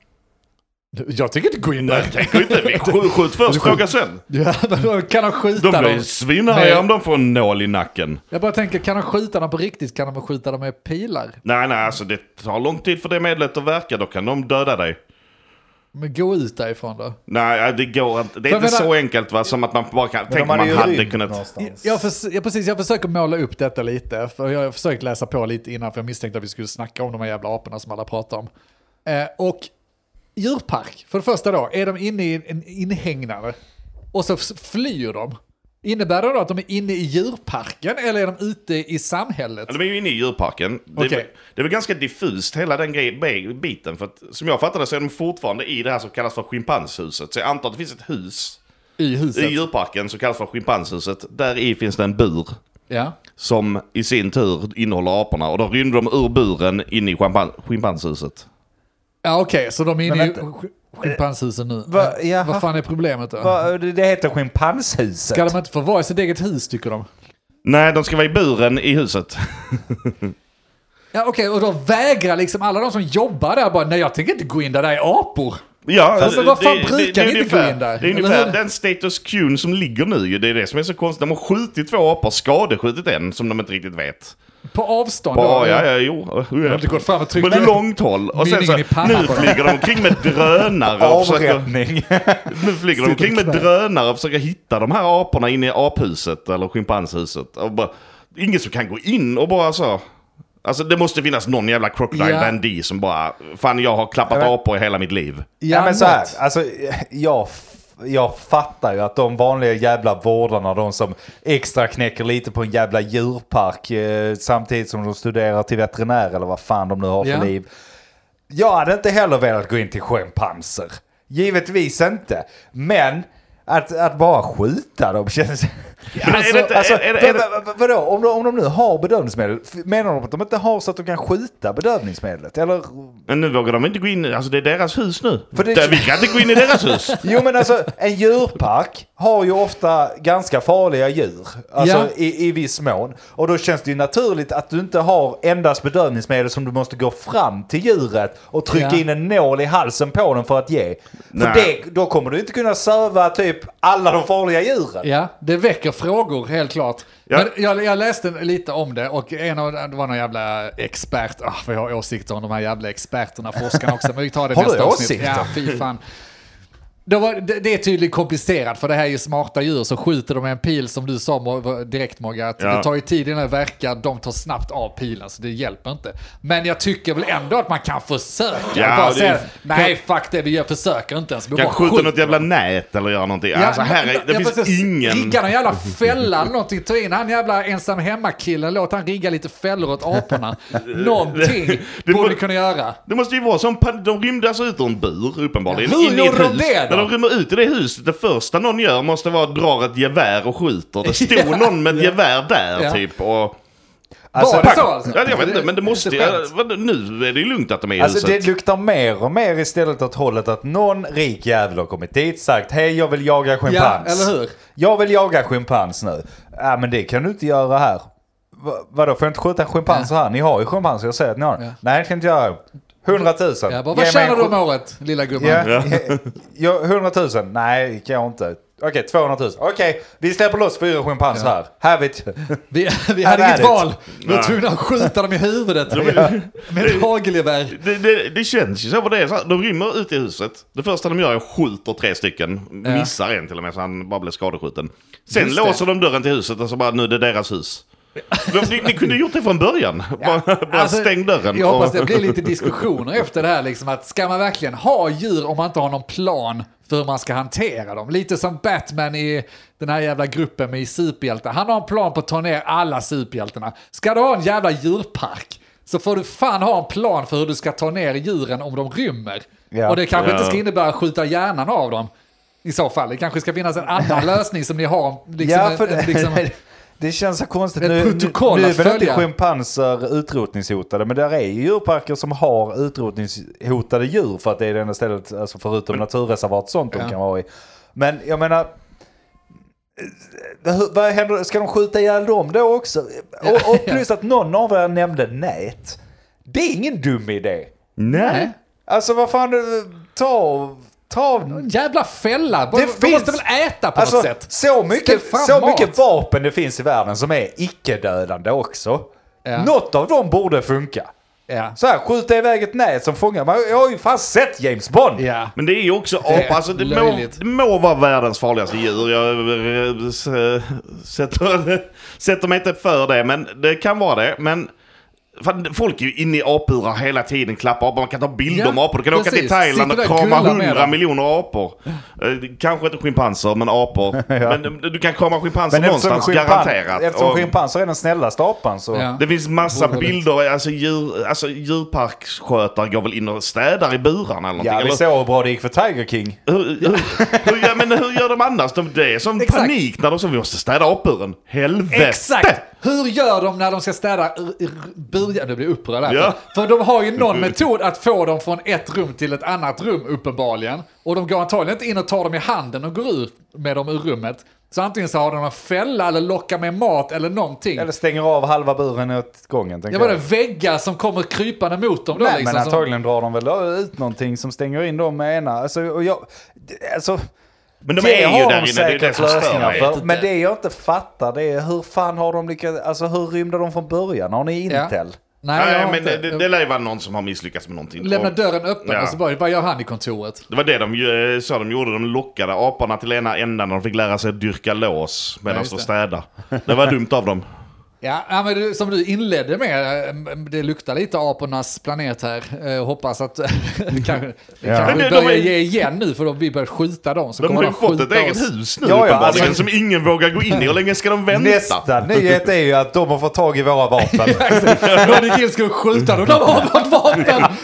Jag tycker inte gå in Nej, där. tänker inte. Vi skjut, skjut först, fråga sen. Ja, men då kan de skjuta De blir dem? svinarga Nej. om de får en nål i nacken. Jag bara tänker, kan de skjuta dem på riktigt? Kan de skjuta dem med pilar? Nej, nej, alltså det tar lång tid för det medlet att verka. Då kan de döda dig. Men gå ut därifrån då. Nej, det går inte. Det är För inte jag menar- så enkelt va, som att man bara kan... Men Tänk de om man ju hade rymt kunnat... någonstans. Jag, förs- jag, precis, jag försöker måla upp detta lite, för jag har försökt läsa på lite innan, för jag misstänkte att vi skulle snacka om de här jävla aporna som alla pratar om. Eh, och djurpark, för det första då, är de inne i en inhägnare och så f- flyr de. Innebär det då att de är inne i djurparken eller är de ute i samhället? Ja, de är ju inne i djurparken. Det, är, Okej. det är väl ganska diffust hela den grej, be- biten. För att, som jag fattar det så är de fortfarande i det här som kallas för schimpanshuset. Så jag antar att det finns ett hus I huset? I djurparken så kallas för schimpanshuset. Där i finns det en bur. Ja. Som i sin tur innehåller aporna. Och då rymde de ur buren in i schimpan- schimpanshuset. Ja okej, okay, så de är inne i schimpanshuset nu. Va, Vad fan är problemet då? Va, det heter schimpanshuset. Ska de inte få vara i sitt eget hus tycker de? Nej, de ska vara i buren i huset. Ja okej, okay, och då vägrar liksom alla de som jobbar där bara, nej jag tänker inte gå in där, där är apor. Ja, alltså, vad fan det, brukar det, ni det inte ungefär, gå in där? Det är ungefär den status quo som ligger nu. Det är det som är så konstigt. De har skjutit två apor, skadeskjutit en som de inte riktigt vet. På avstånd? På, då, ja, ja, jo. De har inte gått fram och tryckt på långt håll. Och sen så, nu flyger de omkring med drönare och försöker, nu flyger de omkring med drönare och försöker hitta de här aporna inne i aphuset eller schimpanshuset. Och bara, ingen som kan gå in och bara så... Alltså det måste finnas någon jävla Crocodile ja. Dundee som bara, fan jag har klappat ja, men, apor i hela mitt liv. Ja, ja men så här, alltså jag, jag fattar ju att de vanliga jävla vårdarna, de som extra knäcker lite på en jävla djurpark eh, samtidigt som de studerar till veterinär eller vad fan de nu har för ja. liv. Jag hade inte heller velat gå in till schimpanser. Givetvis inte. Men att, att bara skjuta dem känns... Alltså, alltså, vadå? Om de, om de nu har bedövningsmedel, menar de att de inte har så att de kan skjuta bedövningsmedlet? Eller? Men nu vågar de inte gå in, alltså det är deras hus nu. För det... Där, vi kan inte gå in i deras hus. Jo men alltså, en djurpark har ju ofta ganska farliga djur. Alltså ja. i, i viss mån. Och då känns det ju naturligt att du inte har endast bedövningsmedel som du måste gå fram till djuret och trycka ja. in en nål i halsen på den för att ge. För det, då kommer du inte kunna serva typ alla de farliga djuren. Ja, det väcker frågor helt klart. Ja. Men jag, jag läste lite om det och en av det var någon jävla expert. Ah, vi har åsikter om de här jävla experterna, forskarna också. Men vi tar det har nästa du avsnitt. åsikter? Ja, fy fan. Det, var, det, det är tydligen komplicerat för det här är ju smarta djur så skjuter de med en pil som du sa direkt Mogga att ja. det tar ju tid innan det verkar, de tar snabbt av pilen så det hjälper inte. Men jag tycker väl ändå att man kan försöka ja, bara säga, nej fuck det vi gör, försöker inte ens. Kan skjuta något jävla nät eller göra någonting. Ja, alltså här är, det ja, finns precis, ingen... Rigga någon jävla fälla eller någonting, ta in han jävla ensam hemmakillen, låt han rigga lite fällor åt aporna. Någonting det, det borde må, kunna göra. Det måste ju vara som, de rymde alltså ut ur en bur uppenbarligen. Ja, hur gjorde de det då? När de rymmer ut i det huset, det första någon gör måste vara att dra ett gevär och skjuter. Det stod ja. någon med ett gevär där ja. typ och... Alltså, var det så alltså? Ja, jag vet inte, men det måste jag, nu är det ju lugnt att de är i alltså, huset. Det luktar mer och mer istället åt hållet att någon rik jävla har kommit dit sagt, hej jag vill jaga schimpans. Ja, eller hur? Jag vill jaga schimpans nu. Ja, men det kan du inte göra här. Va, vadå, får jag inte skjuta en schimpans ja. här? Ni har ju schimpans, jag säger att ni har. Ja. Nej, det kan inte göra. hundratusen. Ja, vad tjänar du om året, lilla gumman? Ja, ja. ja, hundratusen. Nej, det kan jag inte. Okej, okay, tvåhundratusen. Okej, okay, vi släpper loss fyra schimpanser ja. här. Här vet vi. Vi hade inget val. Vi var tvungna att skjuta dem i huvudet. Ja. Med ett hagelgevär. Det, det, det känns ju så vad det är. De rymmer ut i huset. Det första de gör är att skjuta tre stycken. Ja. Missar en till och med så han bara blir skadeskjuten. Sen låser de dörren till huset och så bara, nu är det deras hus. Ni, ni kunde gjort det från början. Ja, bara bara alltså, stäng dörren. Jag hoppas det blir lite diskussioner efter det här. Liksom, att ska man verkligen ha djur om man inte har någon plan för hur man ska hantera dem? Lite som Batman i den här jävla gruppen med superhjältar. Han har en plan på att ta ner alla superhjältarna. Ska du ha en jävla djurpark så får du fan ha en plan för hur du ska ta ner djuren om de rymmer. Ja. Och det kanske ja. inte ska innebära att skjuta hjärnan av dem. I så fall. Det kanske ska finnas en annan lösning som ni har. Liksom, ja, för det. En, liksom, det känns så konstigt. Nu, nu, nu är väl inte schimpanser utrotningshotade, men där är ju djurparker som har utrotningshotade djur för att det är det enda stället, alltså förutom naturreservat sånt ja. de kan vara i. Men jag menar, vad händer? Ska de skjuta ihjäl dem då också? Och, och plus att någon av er nämnde nät. Det är ingen dum idé. Nej. Alltså vad fan, ta... Ta en jävla fälla. Det de finns, måste väl äta på alltså, något sätt. Så mycket, så mycket vapen det finns i världen som är icke-dödande också. Ja. Något av dem borde funka. Ja. Så här, skjuta iväg ett nät som fångar. Man, jag har ju fast sett James Bond. Ja. Men det är ju också apa. Alltså, det, må, det må vara världens farligaste djur. Jag sätter, sätter mig inte för det, men det kan vara det. Men Folk är ju inne i apurar hela tiden, klappar apor. Man kan ta bilder ja, om apor. Du kan precis. åka till Thailand och krama hundra miljoner apor. Kanske inte schimpanser, men apor. ja. Men du kan krama schimpanser någonstans, schimpan- garanterat. Eftersom och, schimpanser är den snällaste apan så... Ja. Det finns massa Borde bilder. Alltså, djur, alltså djurparksskötare går väl in och städar i burarna eller någonting. Ja, vi såg hur bra det gick för Tiger King. Hur, hur, hur, ja, men hur gör de annars? De, det är som Exakt. panik när de så vi måste städa apuren. Helvete! Exakt! Hur gör de när de ska städa burgar? Det blir upprörd där. Ja. För de har ju någon metod att få dem från ett rum till ett annat rum uppenbarligen. Och de går antagligen inte in och tar dem i handen och går ut med dem ur rummet. Så antingen så har de en fälla eller lockar med mat eller någonting. Eller stänger av halva buren åt gången. Det var det väggar som kommer krypande mot dem. Då, Nej, liksom, men antagligen som... drar de väl ut någonting som stänger in dem med ena. Alltså, och jag, alltså, men de det är ju där inne, det är det som stör för, Men det jag inte fattar, det är hur fan har de lyckats, alltså hur rymde de från början? Har ni Intel? Ja. Nej, Nej men det, det, det lär ju vara någon som har misslyckats med någonting. Lämna dörren öppen ja. och så bara, vad gör han i kontoret? Det var det de sa de gjorde. De lockade aporna till ena ändan och de fick lära sig att dyrka lås medan de städa. Det var dumt av dem. Ja, men du, som du inledde med, det luktar lite apornas planet här. Jag hoppas att det kanske, det ja. kanske börjar de är... ge igen nu för då vi börjar skjuta dem. Så de har ju fått ett eget hus nu ja, ja, alltså... som ingen vågar gå in i. Hur länge ska de vänta? Nästa nyhet är ju att de har fått tag i våra vapen. Ronny Gill ska skjuta dem. De har fått vapen!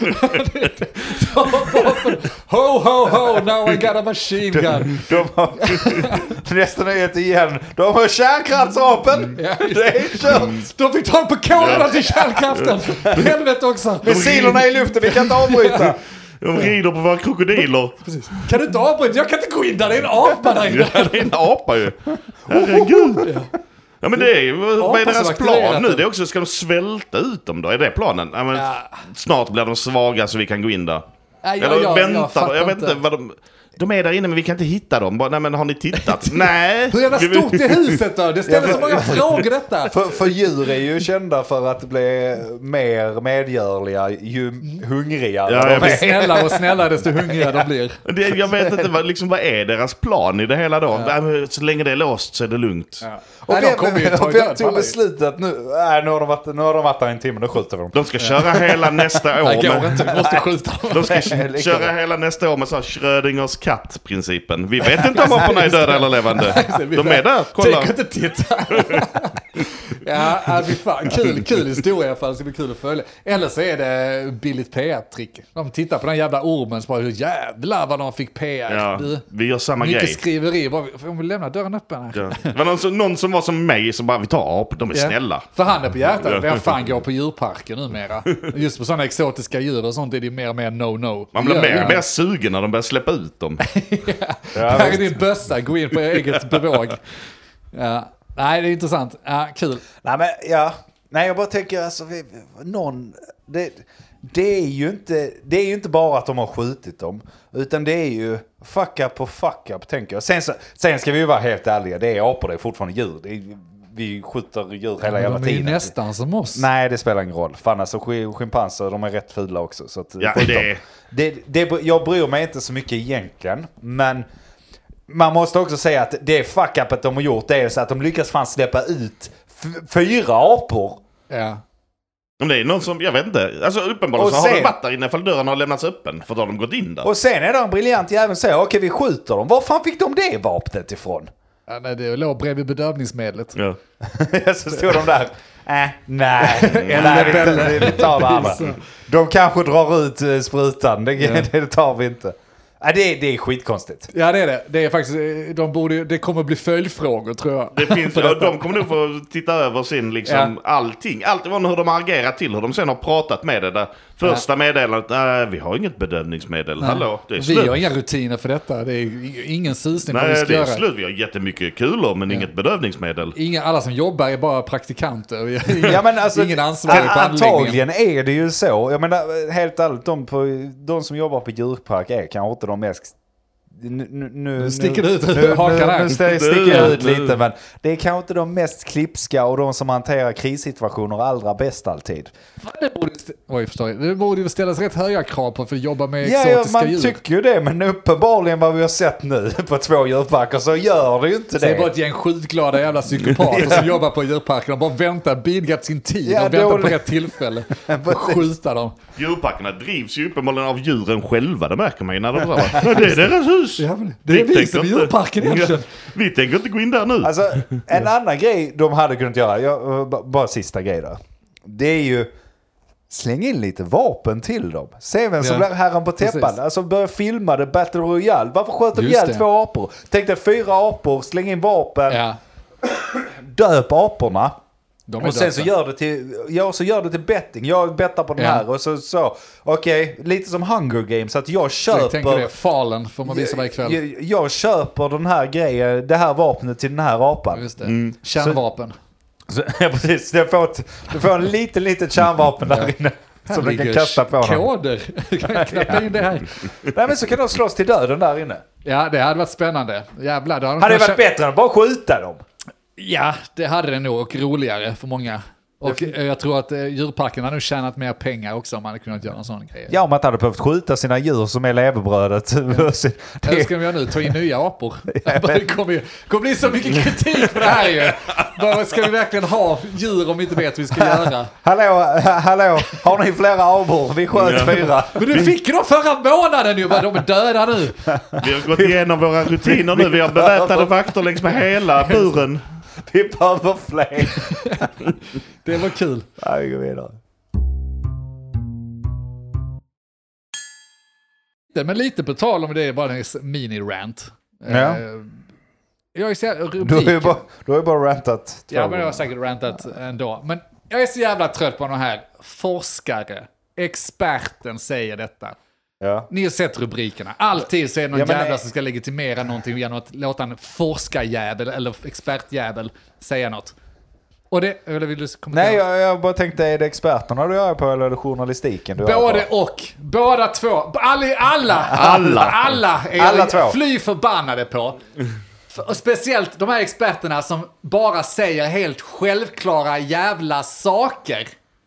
De har vapen! Ho, ho, ho! Now I got a machine gun. De har... Nästa nyhet igen. De har kärnkraftsvapen! Ja, det är kört! De fick tag på koderna till kärnkraften. Helvete också. Missilerna i luften, vi kan inte avbryta. De rider på våra krokodiler. Precis. Kan du inte avbryta? Jag kan inte gå in där, det är en apa där inne. Ja, det är en apa ju. Herregud. Ja, men det är ju, vad är deras plan nu? Det är också, ska de svälta ut dem då? Är det planen? Ja, men ja. Snart blir de svaga så vi kan gå in där. Ja, ja, Eller ja, vänta, jag, jag vet inte vad de... De är där inne men vi kan inte hitta dem. Nej, men har ni tittat? Nej. Hur jävla stort är huset då? Det ställer så många frågor detta. För, för djur är ju kända för att bli mer medgörliga ju hungrigare ja, de är. Snällare och snällare desto hungrigare de blir. Det, jag vet inte, vad, liksom, vad är deras plan i det hela då? Ja. Så länge det är låst så är det lugnt. Ja. Och nej, vi, vi, och vi har tog beslutat nu. Nej, nu har de varit, nu har de varit där en timme, då skjuter vi dem. De ska köra hela nästa år. Nej, går inte, vi måste skjuta dem. De ska köra hela nästa år med så Schrödingers katt-principen. Vi vet inte om aporna är döda eller levande. De är där, kolla. Tänk inte titta. Ja, alltså, fan, kul, kul historia i alla fall. Det ska bli kul att följa. Eller så är det billigt P R-trick. De tittar på den jävla ormen så bara, jävlar vad de fick P R. Ja, du, vi gör samma mycket grej. Mycket skriveri. Bara, om vi lämnar dörren öppen här. Ja. Det var någon som, någon som var som mig som bara, vi tar apor, de är ja. snälla. För han är på hjärtat. Vem fan går på djurparken numera? Just på sådana exotiska djur och sånt är det mer och mer no-no. Man blir mer, mer sugen när de börjar släppa ut dem. ja. Ja, här är din bössa, gå in på eget bevåg. Ja. Nej, det är intressant. Ja, kul. Nej, men ja. Nej, jag bara tänker alltså vi, någon det, det är ju inte det är ju inte bara att de har skjutit dem, utan det är ju fuck up och fuck up tänker jag. Sen så, sen ska vi ju vara helt ärliga, det är apor, det är fortfarande djur. Det är, vi skjuter djur hela jävla tiden. De är ju nästan som oss. Nej, det spelar ingen roll. Fan alltså schimpanser, de är rätt fula också så att ja, det... Det, det jag bryr mig inte så mycket egentligen, men man måste också säga att det är fuck up att de har gjort det är så att de lyckas fan släppa ut f- fyra apor. Ja. Men det är någon som, jag vet inte, alltså uppenbarligen så sen, har de varit där inne ifall dörren har lämnats öppen för då har de gått in där. Och sen är det en briljant jävel som säger, okej vi skjuter dem. Var fan fick de det vapnet ifrån? Ja, nej, det låg bredvid bedövningsmedlet. Ja. Så stod de där. Äh, nej, nej vi, vi tar det andra. De kanske drar ut sprutan, det, ja. det tar vi inte. Ja, det, det är skitkonstigt. Ja, det är det. Det är faktiskt, de borde, det kommer bli följdfrågor, tror jag. Det finns, ja, de kommer nog få titta över sin liksom, ja. allting. Allt var hur de har agerat till, hur de sen har pratat med det där. Första ja. meddelandet, nej, vi har inget bedövningsmedel. Nej. Hallå, det är vi slut. har inga rutiner för detta. Det är ingen susning på vad vi ska göra. Nej, det är göra. slut. Vi har jättemycket kulor, men ja. inget bedövningsmedel. Inga, alla som jobbar är bara praktikanter. Ingen, ja, men alltså, ingen ansvarig på anläggningen. Antagligen är det ju så. Jag menar, helt ärligt, de, på, de som jobbar på djurpark är kanske inte de mest... Nu, nu, nu sticker ut nu, nu, hakan nu sticker jag ut lite, men det är kanske inte de mest klipska och de som hanterar krissituationer allra bäst alltid. Det borde st- Oj, förstår jag. Det borde ju ställas rätt höga krav på för att jobba med ja, exotiska ja, man djur. tycker ju det, men uppenbarligen vad vi har sett nu på två djurparker så gör det ju inte så det. Det är bara ett gäng skitglada jävla psykopater ja. som jobbar på djurparken och bara väntar, bidgat sin tid ja, och väntar dålig. på rätt tillfälle och skjuta dem. Djurparkerna drivs ju uppenbarligen av djuren själva, det märker man ju när de drar. Ja, det är deras hus. Ja, det är vi, vi som är djurparken egentligen. Vi tänker inte gå in där nu. Alltså, en annan grej de hade kunnat göra, jag, bara sista grej där. Det är ju släng in lite vapen till dem. Se vem som ja. blir herren på täppan. Precis. Alltså börja filma det Battle Royale. Varför sköter de ihjäl två apor? Tänk dig fyra apor, släng in vapen. Ja. Döp aporna. Och sen så gör det till ja, så gör det till betting. Jag bettar på den ja. här och så så. Okej, okay, lite som Hunger Games att jag köper jag tänker det Fallen får man visa varje kväll. Jag, jag köper den här grejen, det här vapnet till den här apan. Just det. Mm. Kärnvapen. Så, så, ja, precis. Du får, ett, du får en liten litet kärnvapen där inne. Som du kan kasta på honom. Koder. kan knappa in det här. Nej, men så kan de slåss till döden där inne. Ja, det hade varit spännande. Jävlar, då hade, hade det varit kö- bättre än att bara skjuta dem? Ja, det hade det nog och roligare för många. Och jag tror att djurparken har nu tjänat mer pengar också om man hade kunnat göra en sån grej. Ja, om man hade behövt skjuta sina djur som är levebrödet. Ja. Det ska vi göra nu, ta in nya apor. Det kommer ju kommer bli så mycket kritik för det här ju. Bara, ska vi verkligen ha djur om vi inte vet vad vi ska göra? Hallå, hallå, har ni flera apor? Vi sköt ja. fyra. Men du fick dem förra månaden ju, de är döda nu. Vi har gått igenom våra rutiner nu, vi har beväpnade vakter längs med hela buren. Vi behöver fler. Det var kul. Ja, vi går vidare. Men lite på tal om det är bara en mini-rant. Ja. Jag är så jävla du har ju bara, du har ju bara rantat. Ja, men jag har säkert rantat ändå. Men jag är så jävla trött på de här forskare. Experten säger detta. Ja. Ni har sett rubrikerna. Alltid så är det någon ja, jävla nej. som ska legitimera någonting genom att låta en forskarjävel eller expertjävel säga något. Och det, eller vill du kommentera? Nej, jag, jag bara tänkte, är det experterna du gör på eller är det journalistiken du Både gör på? och. Båda två. Alla, alla, alla, alla är alla två. Fly förbannade på. Och speciellt de här experterna som bara säger helt självklara jävla saker.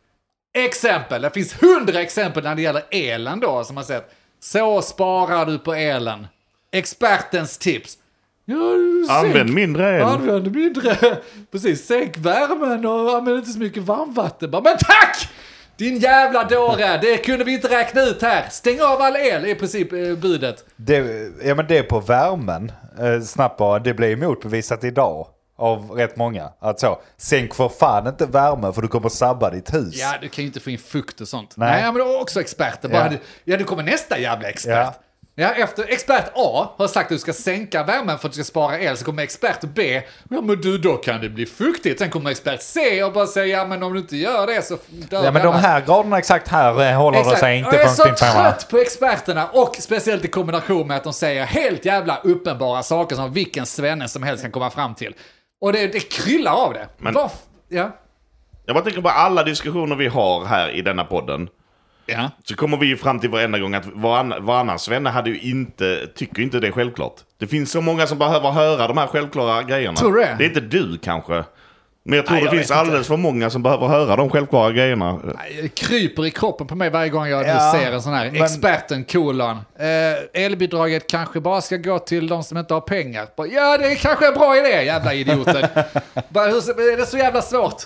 Exempel, det finns hundra exempel när det gäller elen då som man sett. Så sparar du på elen. Expertens tips. Ja, använd mindre el. Använd mindre. Precis, sänk värmen och använd inte så mycket varmvatten. Bara, men tack! Din jävla dåre, det kunde vi inte räkna ut här. Stäng av all el är i princip eh, budet. Det, ja, men det är på värmen. Eh, snabbt bara, det blir motbevisat idag. Av rätt många. Alltså, sänk för fan inte värme för du kommer sabba ditt hus. Ja, du kan ju inte få in fukt och sånt. Nej, Nej men då också experter. Bara, ja. ja, du kommer nästa jävla expert. Ja. Ja, efter expert A har sagt att du ska sänka värmen för att du ska spara el, så kommer expert B, ja men du, då kan det bli fuktigt. Sen kommer expert C och bara säga, ja men om du inte gör det så dör ja men de här graderna exakt här håller exakt. det sig inte. Och jag är så trött på experterna och speciellt i kombination med att de säger helt jävla uppenbara saker som vilken svenne som helst kan komma fram till. Och det, det kryllar av det. Men, Varf- ja. Jag bara tänker på alla diskussioner vi har här i denna podden. Ja. Så kommer vi ju fram till varenda gång att varann, varannan svenne hade ju inte, tycker inte det är självklart. Det finns så många som behöver höra de här självklara grejerna. Tror du det? Det är inte du kanske. Men jag tror Nej, det jag finns alldeles inte. för många som behöver höra de självklara grejerna. Det kryper i kroppen på mig varje gång jag ja, ser en sån här men... experten kolon. Eh, elbidraget kanske bara ska gå till de som inte har pengar. Bara, ja, det är kanske en bra idé, jävla idioter. Bara, hur är det så jävla svårt?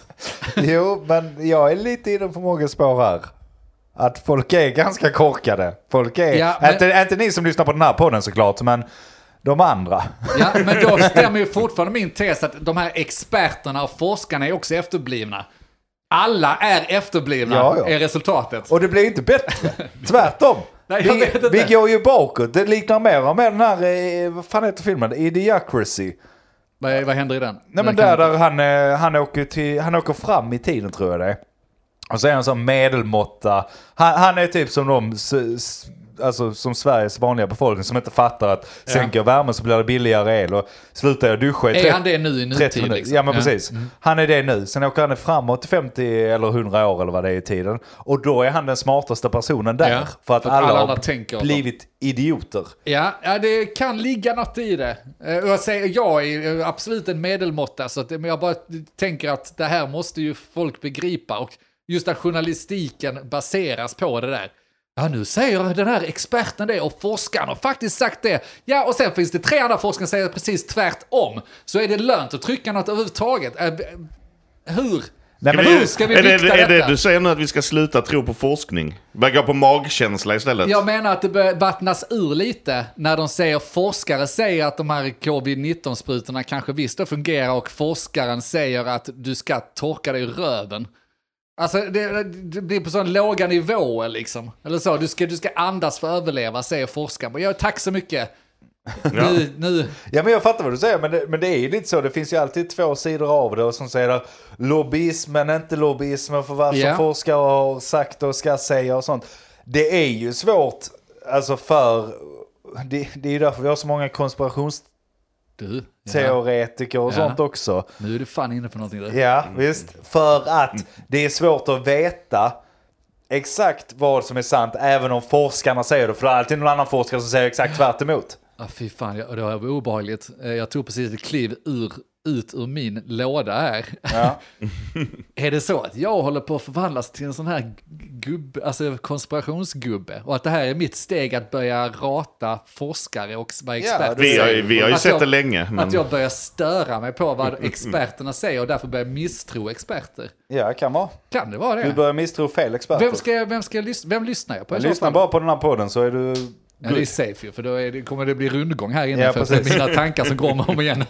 Jo, men jag är lite inne på många spår här. Att folk är ganska korkade. Folk är, ja, men... inte, inte ni som lyssnar på den här podden såklart, men de andra. Ja, men då stämmer ju fortfarande min tes att de här experterna och forskarna är också efterblivna. Alla är efterblivna, ja, ja. är resultatet. Och det blir inte bättre. Tvärtom. Nej, jag vet vi, inte. vi går ju bakåt. Det liknar mer och mer den här, eh, vad fan heter filmen? Idiocracy. Vad, vad händer i den? Nej, den men där, där han, han, åker till, han åker fram i tiden tror jag det är. Och så är han som medelmåtta. Han, han är typ som de, alltså som Sveriges vanliga befolkning som inte fattar att ja. sänker värmen så blir det billigare el och slutar jag duscha i trettio, är han det nu i nutid? Liksom? Ja men ja. precis. Mm. Han är det nu. Sen åker han framåt till femtio eller hundra år eller vad det är i tiden. Och då är han den smartaste personen där. Ja, för att för alla, alla har blivit idioter. Ja, ja, det kan ligga något i det. Jag säger, jag är absolut en medelmåtta så att jag bara tänker att det här måste ju folk begripa och just att journalistiken baseras på det där. Ja, nu säger den här experten det och forskaren har faktiskt sagt det. Ja, och sen finns det tre andra forskare som säger precis tvärtom. Så är det lönt att trycka något överhuvudtaget. Hur? Nej, men hur ska vi är det, vikta är det, detta? du säger nu att vi ska sluta tro på forskning? Börja gå på magkänsla istället? Jag menar att det börjar vattnas ur lite när de säger, forskare säger att de här covid nitton-sprutorna kanske visst fungerar och forskaren säger att du ska torka dig i röven. Alltså det, det blir på sån låga nivåer liksom. Eller så, du ska, du ska andas för att överleva, säger forskaren. Ja, tack så mycket. Ja. Nu, nu. Ja, men jag fattar vad du säger, men det, men det är ju lite så. Det finns ju alltid två sidor av det, och som säger lobbyismen, inte lobbyismen för vad som Ja. forskare har sagt och ska säga och sånt. Det är ju svårt, alltså för det, det är ju därför vi har så många konspirationsteoretiker Du, ja. och sånt Ja. också. Nu är du fan inne på någonting där. Ja, visst. För att det är svårt att veta exakt vad som är sant, även om forskarna säger det. För det är alltid någon annan forskare som säger exakt tvärt emot. Ja, fy fan, jag, det var obehagligt. Jag tog precis ett kliv ur, ut ur min låda här. Ja. Är det så att jag håller på att förvandlas till en sån här gubb, alltså konspirationsgubbe? Och att det här är mitt steg att börja rata forskare och vara expert? Ja, Vi har, ju- vi har ju Att sett jag- det länge. Men... Att jag börjar störa mig på vad experterna säger och därför börjar misstro experter. Ja, kan vara. Kan det vara det? Du börjar misstro fel experter. Vem, ska jag, vem, ska jag lyssna, vem lyssnar jag på? i så Lyssna fall? bara på den här podden så är du... Ja, det är safe ju, för då är det, kommer det bli rundgång här inne Ja, för precis. mina tankar som går om och igen.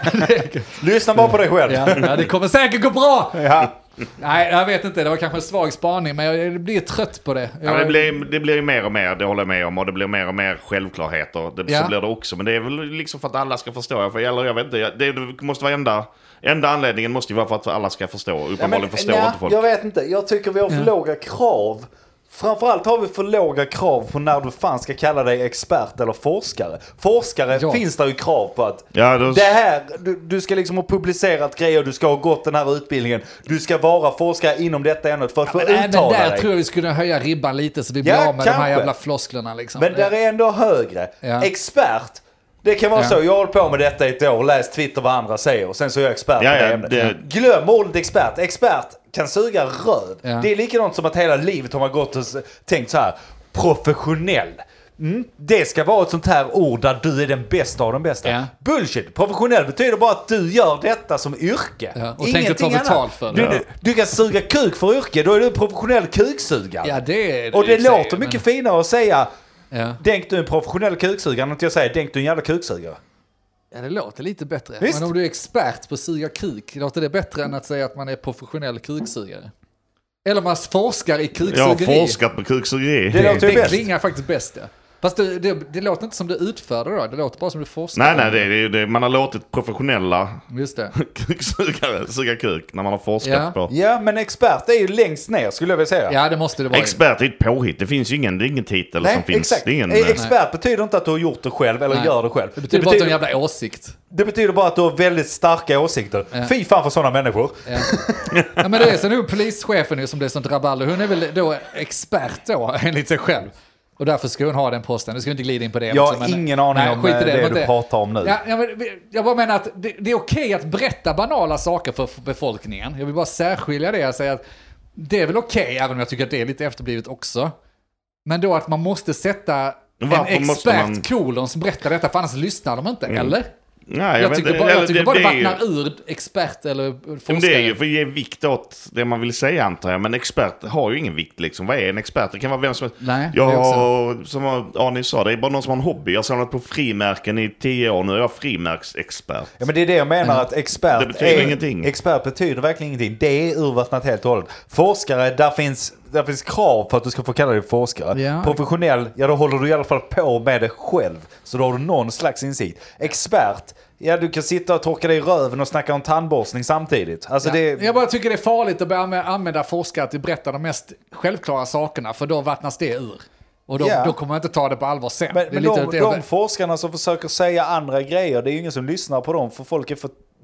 Lyssna bara på dig själv. Ja, ja, det kommer säkert gå bra! Ja. Nej, jag vet inte, det var kanske en svag spaning, men jag blir trött på det. Ja, Jag, det, blir, det blir ju mer och mer, det håller jag med om. Och det blir mer och mer självklarheter. Det, Ja. Så blir det också. Men det är väl liksom för att alla ska förstå. För, eller jag vet inte, det, det måste vara enda... Enda anledningen måste ju vara för att alla ska förstå. Uppenbarligen Ja, men, förstår nja, inte folk. Jag vet inte, jag tycker vi har för Ja. låga krav. Framförallt har vi för låga krav på när du fan ska kalla dig expert eller forskare. Forskare Ja. finns det ju krav på att Ja, då... det här, du, du ska liksom ha publicerat grejer, du ska ha gått den här utbildningen, du ska vara forskare inom detta ämnet för att få men även uttala där dig. tror jag vi skulle höja ribban lite så vi blir Ja, av med de här kanske. jävla flosklerna liksom. Men där är ändå högre. Ja. Expert, det kan vara Ja. så, jag har hållit på med detta i ett år, läst Twitter vad andra säger och sen så är jag expert Ja, på det ja, ämnet. det- Glöm ordet expert. Expert kan suga röv. Ja. Det är likadant som att hela livet har man gått och s- tänkt så här, professionell. Mm. Det ska vara ett sånt här ord där du är den bästa av den bästa. Ja. Bullshit. Professionell betyder bara att du gör detta som yrke. Ja, och tänker ta annat. betalt för det. Du, du, du kan suga kuk för yrke, då är du professionell kuksugare. Ja, det är det och det i och för sig, låter mycket men- finare att säga Ja. denk du är en professionell kuksugare än att jag säger denk du är en jävla kuksugare. Ja, det låter lite bättre. Visst. Men om du är expert på att suga kuk, låter det bättre än att säga att man är professionell kuksugare? Eller man forskar i Jag har kuksugeri. forskat på kuksugeri. Det låter ju Det bäst. klingar faktiskt bäst, ja. Fast det, det, det låter inte som du utför det då, det låter bara som du forskar. Nej, nej, det är, det är, det, man har låtit professionella Just det. kuksugare suga kuk när man har forskat Ja. på. Ja, men expert är ju längst ner skulle jag vilja säga. Ja, det måste det vara. Expert är ett påhitt. Det finns ju ingen, det är ingen titel Nej, som finns. exakt. Det är ingen, Eh, Expert betyder inte att du har gjort det själv eller Nej. gör det själv. Det betyder bara att du har en jävla åsikt. det betyder bara att du har väldigt starka åsikter. Ja. Fy fan för sådana människor. Ja. Ja, men det är så nu polischefen nu som det är sånt rabalder. Hon är väl då expert då, enligt sig själv. Och därför ska hon ha den posten. Nu ska vi inte glida in på det. Jag har också, men- ingen aning om skit i det, det men du pratar om nu. Ja, ja, men, jag bara menar att det, det är okej att berätta banala saker för befolkningen. Jag vill bara särskilja det och säga att det är väl okej, även om jag tycker att det är lite efterblivet också. Men då att man måste sätta Varför en måste expert man- kolon som berättar detta, för annars lyssnar de inte, eller? Nej, jag, Jag vet tycker inte. bara, jag Eller tycker det- bara det det är ju- vattnar ur expert eller forskare. Men det är ju för att ge vikt åt det man vill säga, antar jag. Men expert har ju ingen vikt liksom. Vad är en expert? Det kan vara vem som Nej, jag det är har, som Arne sa, det är bara någon som har en hobby. Jag har samlat på frimärken i tio år nu. Jag är frimärksexpert. Ja, men det är det jag menar att expert Det betyder är, ingenting. Expert betyder verkligen ingenting. Det är urvattnat helt och hållet. Forskare, där finns, där finns krav för att du ska få kalla dig forskare. Ja. Professionell, ja då håller du i alla fall på med det själv. Så då har du någon slags insikt. Expert, ja du kan sitta och torka dig i röven och snacka om tandborstning samtidigt. Alltså Ja. det... Jag bara tycker det är farligt att börja anvä- använda forskare till att berätta de mest självklara sakerna, för då vattnas det ur. Och då, Ja. då kommer man inte ta det på allvar sen. Men, det är men lite de, det- de forskarna som försöker säga andra grejer, det är ju ingen som lyssnar på dem för folk är för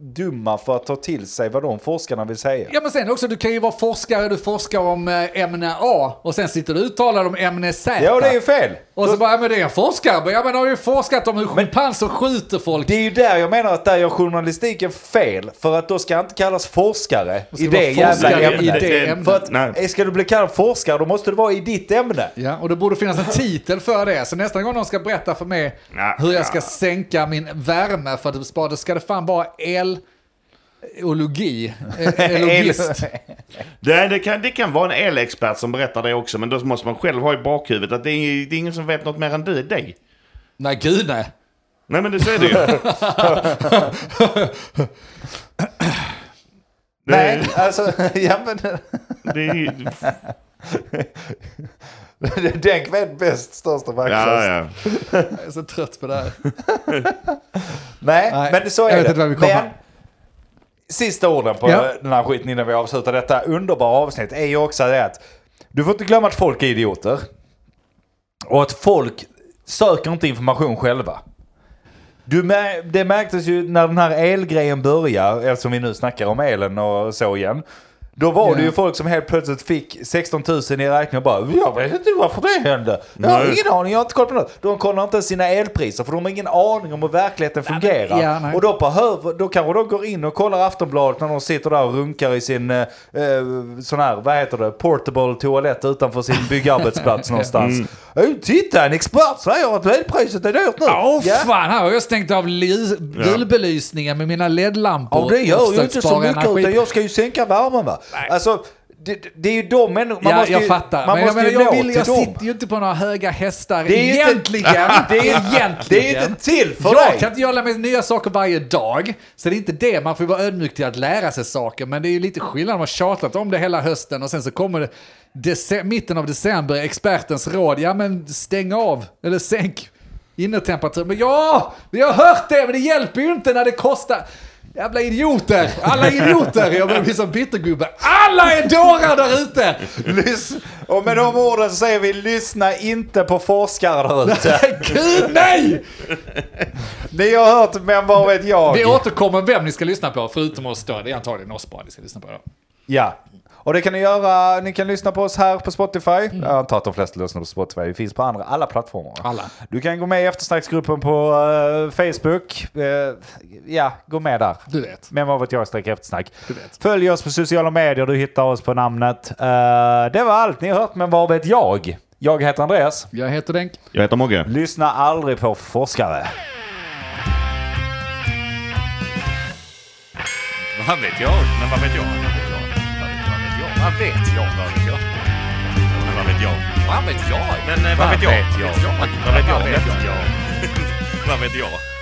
dumma för att ta till sig vad de forskarna vill säga. Ja, men sen också, du kan ju vara forskare, du forskar om eh, ämne A och sen sitter du och uttalar om ämne Z. Ja, det är ju fel. Och så bara, ja, men det är en forskare. Ja, men har ju forskat om hur schimpanser skjuter folk. Det är ju där jag menar att där gör journalistiken fel. För att då ska inte kallas forskare i det jävla ämnet. I det ämnet. För att nej. Ska du bli kallad forskare, då måste det vara i ditt ämne. Ja, och det borde finnas en titel för det. Så nästa gång någon ska berätta för mig ja, hur jag ska ja. sänka min värme för att spara, då ska det fan vara el... Eologi. Elogist. det, det, kan, det kan vara en elexpert som berättar det också, men då måste man själv ha i bakhuvudet att det är, det är ingen som vet något mer än du, dig. Nej, gud nej. Nej, men det så är det ju. Nej, alltså, ja men... det är ju... Den vet bäst största verksamhet. Ja, ja. Jag är så trött på det här. Nej, Nej, men så är det. Men sista orden på ja. den här skiten innan vi avslutar detta underbara avsnitt är ju också det att du får inte glömma att folk är idioter. Och att folk söker inte information själva. Du, det märktes ju när den här elgrejen börjar, eftersom vi nu snackar om elen och så igen. Då var yeah. det ju folk som helt plötsligt fick sexton tusen i räkning och bara, jag vet inte varför det hände. Jag har ingen aning, jag har inte koll på något. De kollar inte sina elpriser för de har ingen aning om hur verkligheten fungerar. Ja, och då, behöver, då kanske de går in och kollar Aftonbladet när de sitter där och runkar i sin eh, sån här, vad heter det, portable toalett utanför sin byggarbetsplats någonstans. Mm. Titta, en expert säger att elpriset är dyrt nu. Åh oh, ja. fan, här har jag stängt av bilbelysningen med mina L E D-lampor. Ja, det gör ju inte så mycket utan jag ska ju sänka värmen, va? Nej. Alltså, det, det är ju de människor... Man ja, måste jag ju, fattar. Man men måste jag, ju jag, vill, jag dem. sitter ju inte på några höga hästar det är egentligen. Inte, det är egentligen. Det är inte till för jag dig. Jag kan inte göra med nya saker varje dag. Så det är inte det. Man får ju vara ödmjuk till att lära sig saker. Men det är ju lite skillnad. Man har tjatat om det hela hösten och sen så kommer det dece- mitten av december, expertens råd. Ja, men stäng av. Eller sänk innertemperatur. Men ja, vi har hört det. Men det hjälper ju inte när det kostar... Jävla idioter! Alla idioter! Jag börjar bli som bittergubbe. Alla är dårar där ute! Lys- och med de orden så säger vi, lyssna inte på forskare där ute. Gud, nej! Ni har hört, men vad vet jag? Vi återkommer vem ni ska lyssna på, förutom oss då. Det är antagligen oss bara ni ska lyssna på då. Ja. Och det kan ni göra, ni kan lyssna på oss här på Spotify. Mm. Jag antar att de flesta lyssnar på Spotify. Vi finns på andra, alla plattformar. Alla. Du kan gå med i eftersnacksgruppen på uh, Facebook. Uh, ja, gå med där. Du vet. Men vad vet jag, sträck eftersnack. Du vet. Följ oss på sociala medier, du hittar oss på namnet. Uh, det var allt ni har hört, men vad vet jag? Jag heter Andreas. Jag heter Denk. Jag heter Mogge. Lyssna aldrig på forskare. Vad vet jag? Men vad vet jag? Vad vet jag? Vad vet jag? Men vad vet jag? Vad vet jag? Men vad vet jag? Vad vet jag? Vad vet jag? Vad vet jag? Vad vet jag?